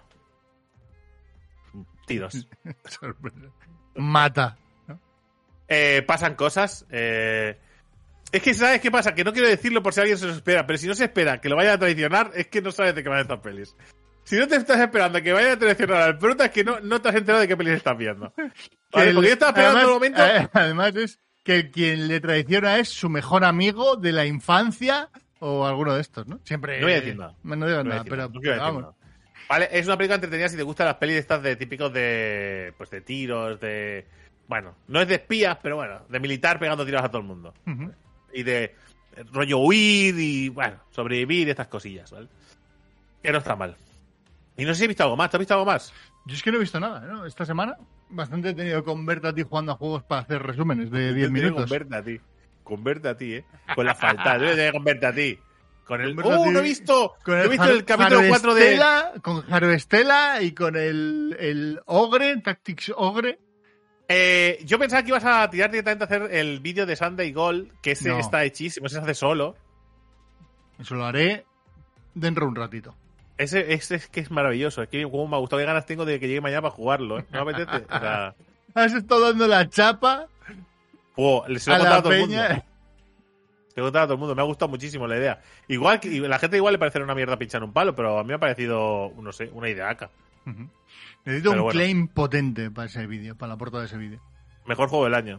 S2: Tiros.
S3: Sorpresa. Mata, ¿no?
S2: Eh, pasan cosas. Eh... Es que, ¿sabes qué pasa? Que no quiero decirlo por si alguien se lo espera, pero si no se espera que lo vaya a traicionar, es que no sabes de qué van estas pelis. Si no te estás esperando que vaya a seleccionar al prota, es que no, no te has enterado de qué pelis estás viendo. Vale, porque yo estaba esperando
S3: además,
S2: un momento...
S3: Además es que quien le traiciona es su mejor amigo de la infancia o alguno de estos, ¿no? Siempre...
S2: No voy a decir nada.
S3: No digo
S2: no
S3: nada, pero,
S2: nada. No
S3: pero vamos.
S2: nada. Vale, es una película entretenida si te gustan las pelis estas de típicos de... Pues de tiros, de... Bueno, no es de espías, pero bueno, de militar pegando tiros a todo el mundo.
S3: Uh-huh.
S2: Y de rollo huir y, bueno, sobrevivir y estas cosillas, ¿vale? Que no está mal. Y no sé si he visto algo más. ¿Te has visto algo más?
S3: Yo es que no he visto nada, ¿no? Esta semana bastante he tenido con Berta a ti jugando a juegos para hacer resúmenes de diez minutos.
S2: Con Berta a ti. Con Berta a ti, ¿eh? Con la falta. Yo tenía con Berta a ti. Con el...
S3: Con
S2: ¡Oh, no he visto!
S3: Con
S2: no
S3: el
S2: he visto
S3: Har-
S2: el capítulo
S3: Haro
S2: cuatro de...
S3: Estela, con Jaro Estela y con el, el Ogre, Tactics Ogre.
S2: Eh, yo pensaba que ibas a tirar directamente a hacer el vídeo de Sunday Gold, que ese
S3: No.
S2: está hechísimo, ese se hace solo.
S3: Eso lo haré dentro de un ratito.
S2: Ese, ese es que es maravilloso. Es que como me ha gustado, qué ganas tengo de que llegue mañana para jugarlo, ¿eh? ¿No me apetece? O sea...
S3: Has estado dando la chapa
S2: Oh, se lo he
S3: a
S2: contado
S3: la
S2: a todo el
S3: peña.
S2: mundo. Se lo he contado a todo el mundo. Me ha gustado muchísimo la idea. Igual que y la gente igual le parecerá una mierda pinchar un palo, pero a mí me ha parecido, no sé, una ideaca.
S3: Ujú. Necesito
S2: Pero
S3: un
S2: bueno.
S3: claim potente para ese vídeo, para la portada de ese vídeo.
S2: Mejor juego del año.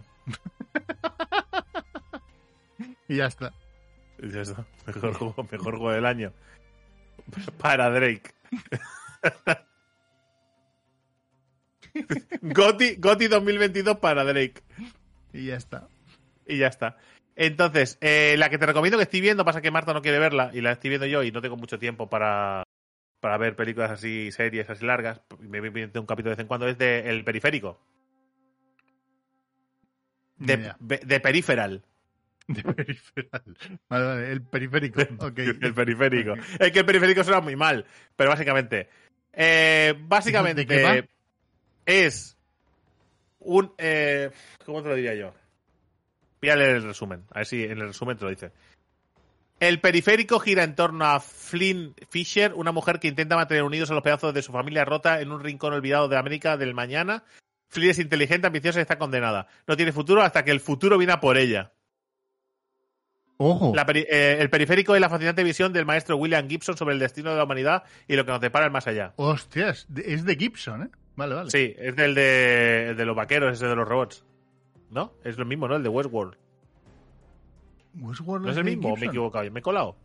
S3: Y ya está.
S2: Y ya está. Mejor juego, mejor juego del año. Para Drake. Goti, Goti dos mil veintidós para Drake.
S3: Y ya está.
S2: Y ya está. Entonces, eh, la que te recomiendo que estoy viendo, pasa que Marta no quiere verla y la estoy viendo yo y no tengo mucho tiempo para, para ver películas así, series así largas. Me voy viendo un capítulo de vez en cuando. Es de El Periférico. De,
S3: Ya.
S2: de, de Peripheral.
S3: De periferal. Vale, vale, el periférico. Ok.
S2: El periférico.
S3: Ok.
S2: Es que el periférico suena muy mal, pero básicamente. Eh, básicamente
S3: ¿De qué va?
S2: es un. Eh, ¿Cómo te lo diría yo? Voy a leer el resumen. A ver si en el resumen te lo dice. El periférico gira en torno a Flynn Fisher, una mujer que intenta mantener unidos a los pedazos de su familia rota en un rincón olvidado de América del mañana. Flynn es inteligente, ambiciosa y está condenada. No tiene futuro hasta que el futuro viene a por ella.
S3: Ojo.
S2: La peri- eh, el periférico es la fascinante visión del maestro William Gibson sobre el destino de la humanidad y lo que nos depara el más allá.
S3: Hostias, de- es de Gibson, ¿eh? Vale, vale.
S2: Sí, es del de, el de los vaqueros, ese de los robots. ¿No? Es lo mismo, ¿no? El de Westworld.
S3: Westworld
S2: ¿No es el
S3: de
S2: mismo? ¿O me he
S3: Gibson.
S2: equivocado? ¿Me he colado?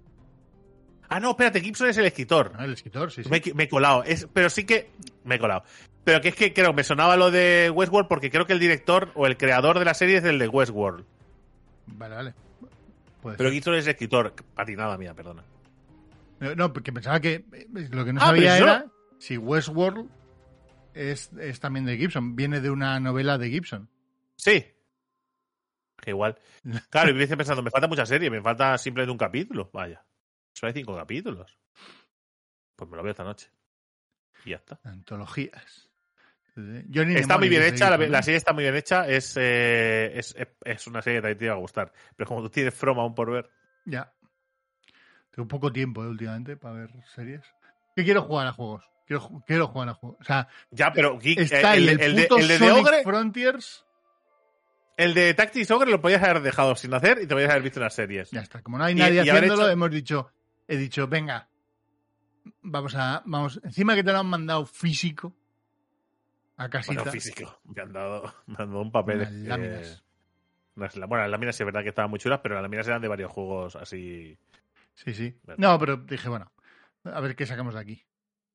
S2: Ah, no, espérate, Gibson es el escritor.
S3: Ah, el escritor, sí, sí.
S2: Me, he- me he colado. Es, pero sí que... Me he colado. Pero que es que creo, me sonaba lo de Westworld porque creo que el director o el creador de la serie es el de Westworld.
S3: Vale, vale. Puede
S2: Pero
S3: ser.
S2: Gibson es escritor. Patinada mía, perdona.
S3: No, no, porque pensaba que eh, lo que no
S2: Ah,
S3: sabía
S2: pero eso-
S3: era si Westworld es, es también de Gibson. Viene de una novela de Gibson.
S2: Sí. Que igual. Claro, y me estoy pensando, me falta mucha serie, me falta simplemente un capítulo. Vaya. Solo hay cinco capítulos. Pues me lo veo esta noche. Y ya está.
S3: Antologías. Johnny
S2: Está muy
S3: Mnemonic
S2: bien
S3: es de
S2: hecha, la,
S3: Gibson,
S2: la
S3: ¿no?
S2: serie está muy bien hecha. Es, eh, es, es, es una serie que también te iba a gustar. Pero como tú tienes From aún por ver.
S3: Ya. Tengo poco tiempo, eh, últimamente, para ver series. Que quiero jugar a juegos. Quiero, ju- quiero jugar a juegos. O sea,
S2: Ya, pero Geek,
S3: está
S2: eh,
S3: ahí
S2: el,
S3: el,
S2: el de,
S3: puto
S2: el de The
S3: Sonic
S2: Ogre,
S3: Frontiers.
S2: el de Tactics Ogre lo podías haber dejado sin hacer y te podías haber visto en las series.
S3: Ya está. Como no hay
S2: Y-
S3: nadie
S2: y haber
S3: haciéndolo,
S2: hecho-
S3: hemos dicho, he dicho, venga, vamos a, vamos, encima que te lo han mandado físico a casita.
S2: Bueno, físico. Me han dado, me han dado un papel.
S3: Unas
S2: eh,
S3: láminas.
S2: unas la- bueno, las láminas sí es verdad que estaban muy chulas, pero las láminas eran de varios juegos así.
S3: Sí, sí.
S2: Bueno.
S3: No, pero dije, bueno, a ver qué sacamos de aquí.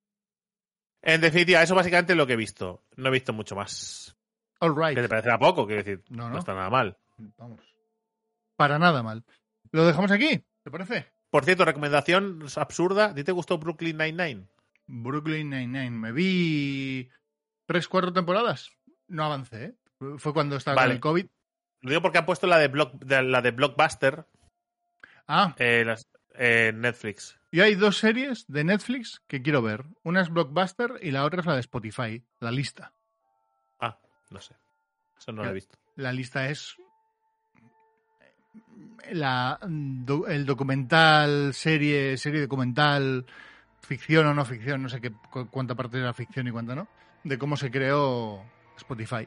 S2: En definitiva, eso básicamente es lo que he visto. No he visto mucho más.
S3: All right.
S2: Que te parecerá poco, quiero decir.
S3: No,
S2: No,
S3: no.
S2: está nada mal.
S3: Vamos. Para nada mal. ¿Lo dejamos aquí? ¿Te parece?
S2: Por cierto, recomendación absurda. ¿A ti te gustó Brooklyn Nine-Nine?
S3: Brooklyn Nine-Nine. Me vi tres, cuatro temporadas. No avancé, ¿eh? Fue cuando estaba
S2: Vale.
S3: con el COVID.
S2: Lo digo porque han puesto la de, Block, de- la de Blockbuster
S3: Ah,
S2: eh, las- eh, en Netflix.
S3: y hay dos series de Netflix que quiero ver. Una es Blockbuster y la otra es la de Spotify, la lista.
S2: Ah, no sé. Eso no lo he visto.
S3: La lista es la, do- el documental, serie, serie documental, ficción o no ficción, no sé qué, cu- cuánta parte era ficción y cuánta no, de cómo se creó Spotify.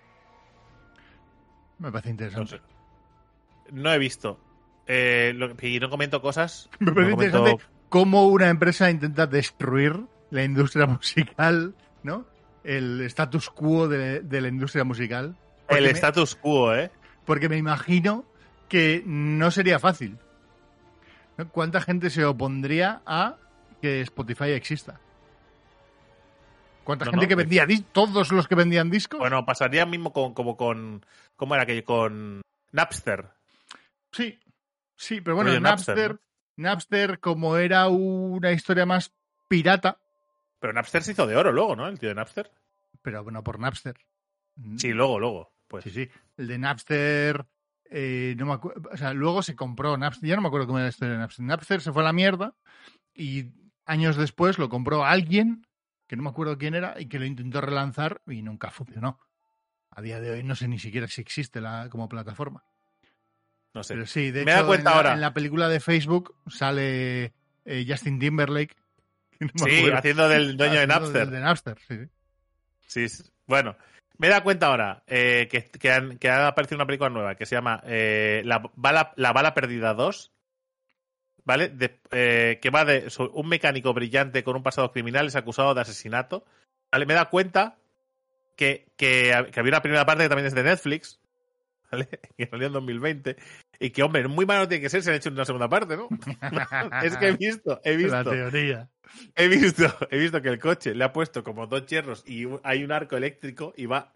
S3: Me parece
S2: No
S3: interesante.
S2: sé. No he visto. Eh, lo- y no comento cosas.
S3: Me parece
S2: no comento-
S3: interesante cómo una empresa intenta destruir la industria musical, ¿no? El status quo de, de la industria musical.
S2: El
S3: me,
S2: status quo, ¿eh?
S3: Porque me imagino que no sería fácil. ¿No? ¿Cuánta gente se opondría a que Spotify exista? ¿Cuánta
S2: no,
S3: gente
S2: no,
S3: que vendía discos? ¿Todos los que vendían discos?
S2: Bueno, pasaría mismo con, como con... ¿Cómo era aquello? Con Napster.
S3: Sí, sí, pero bueno,
S2: Oye,
S3: Napster,
S2: Napster, ¿no?
S3: Napster, como era una historia más pirata...
S2: Pero Napster se hizo de oro luego, ¿no? El tío de Napster.
S3: Pero no por Napster.
S2: Sí, luego, luego. Pues.
S3: Sí, sí. El de Napster... Eh, no me acuerdo, o sea, luego se compró Napster. Ya no me acuerdo cómo era la historia de Napster. Napster se fue a la mierda y años después lo compró alguien, que no me acuerdo quién era, y que lo intentó relanzar y nunca funcionó. A día de hoy no sé ni siquiera si existe la, como plataforma.
S2: No sé.
S3: Pero sí, de
S2: Me
S3: hecho,
S2: da cuenta
S3: en, la,
S2: ahora.
S3: en la película de Facebook sale eh, Justin Timberlake. No
S2: sí,
S3: acuerdo.
S2: haciendo del dueño
S3: haciendo
S2: de Napster.
S3: De Napster, sí,
S2: sí. Sí, bueno. Me da cuenta ahora eh, que, que, han, que ha aparecido una película nueva que se llama eh, la, bala, la Bala Perdida dos, ¿vale? De, eh, que va de un mecánico brillante con un pasado criminal es acusado de asesinato. ¿Vale? Me da cuenta que, que, que había una primera parte que también es de Netflix, ¿vale? Que salió en dos mil veinte. Y que, hombre, muy malo tiene que ser si han hecho una segunda parte, ¿no? Es que he visto, he visto.
S3: La teoría.
S2: He visto, he visto que el coche le ha puesto como dos hierros y hay un arco eléctrico y va...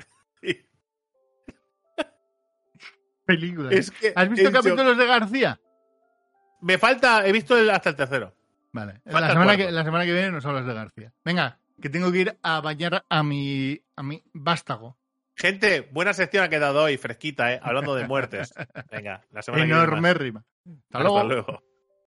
S3: Película.
S2: Es que
S3: ¿Has visto
S2: hecho...
S3: capítulos de García?
S2: Me falta, he visto el, hasta el tercero.
S3: Vale.
S2: Falta
S3: La semana, que, la semana que viene nos hablas de García. Venga, que tengo que ir a bañar a mi, a mi vástago.
S2: Gente, buena sección ha quedado hoy, fresquita, ¿eh? Hablando de muertes. Venga, la semana que viene.
S3: Enormérrima. Hasta,
S2: Hasta
S3: luego.
S2: luego.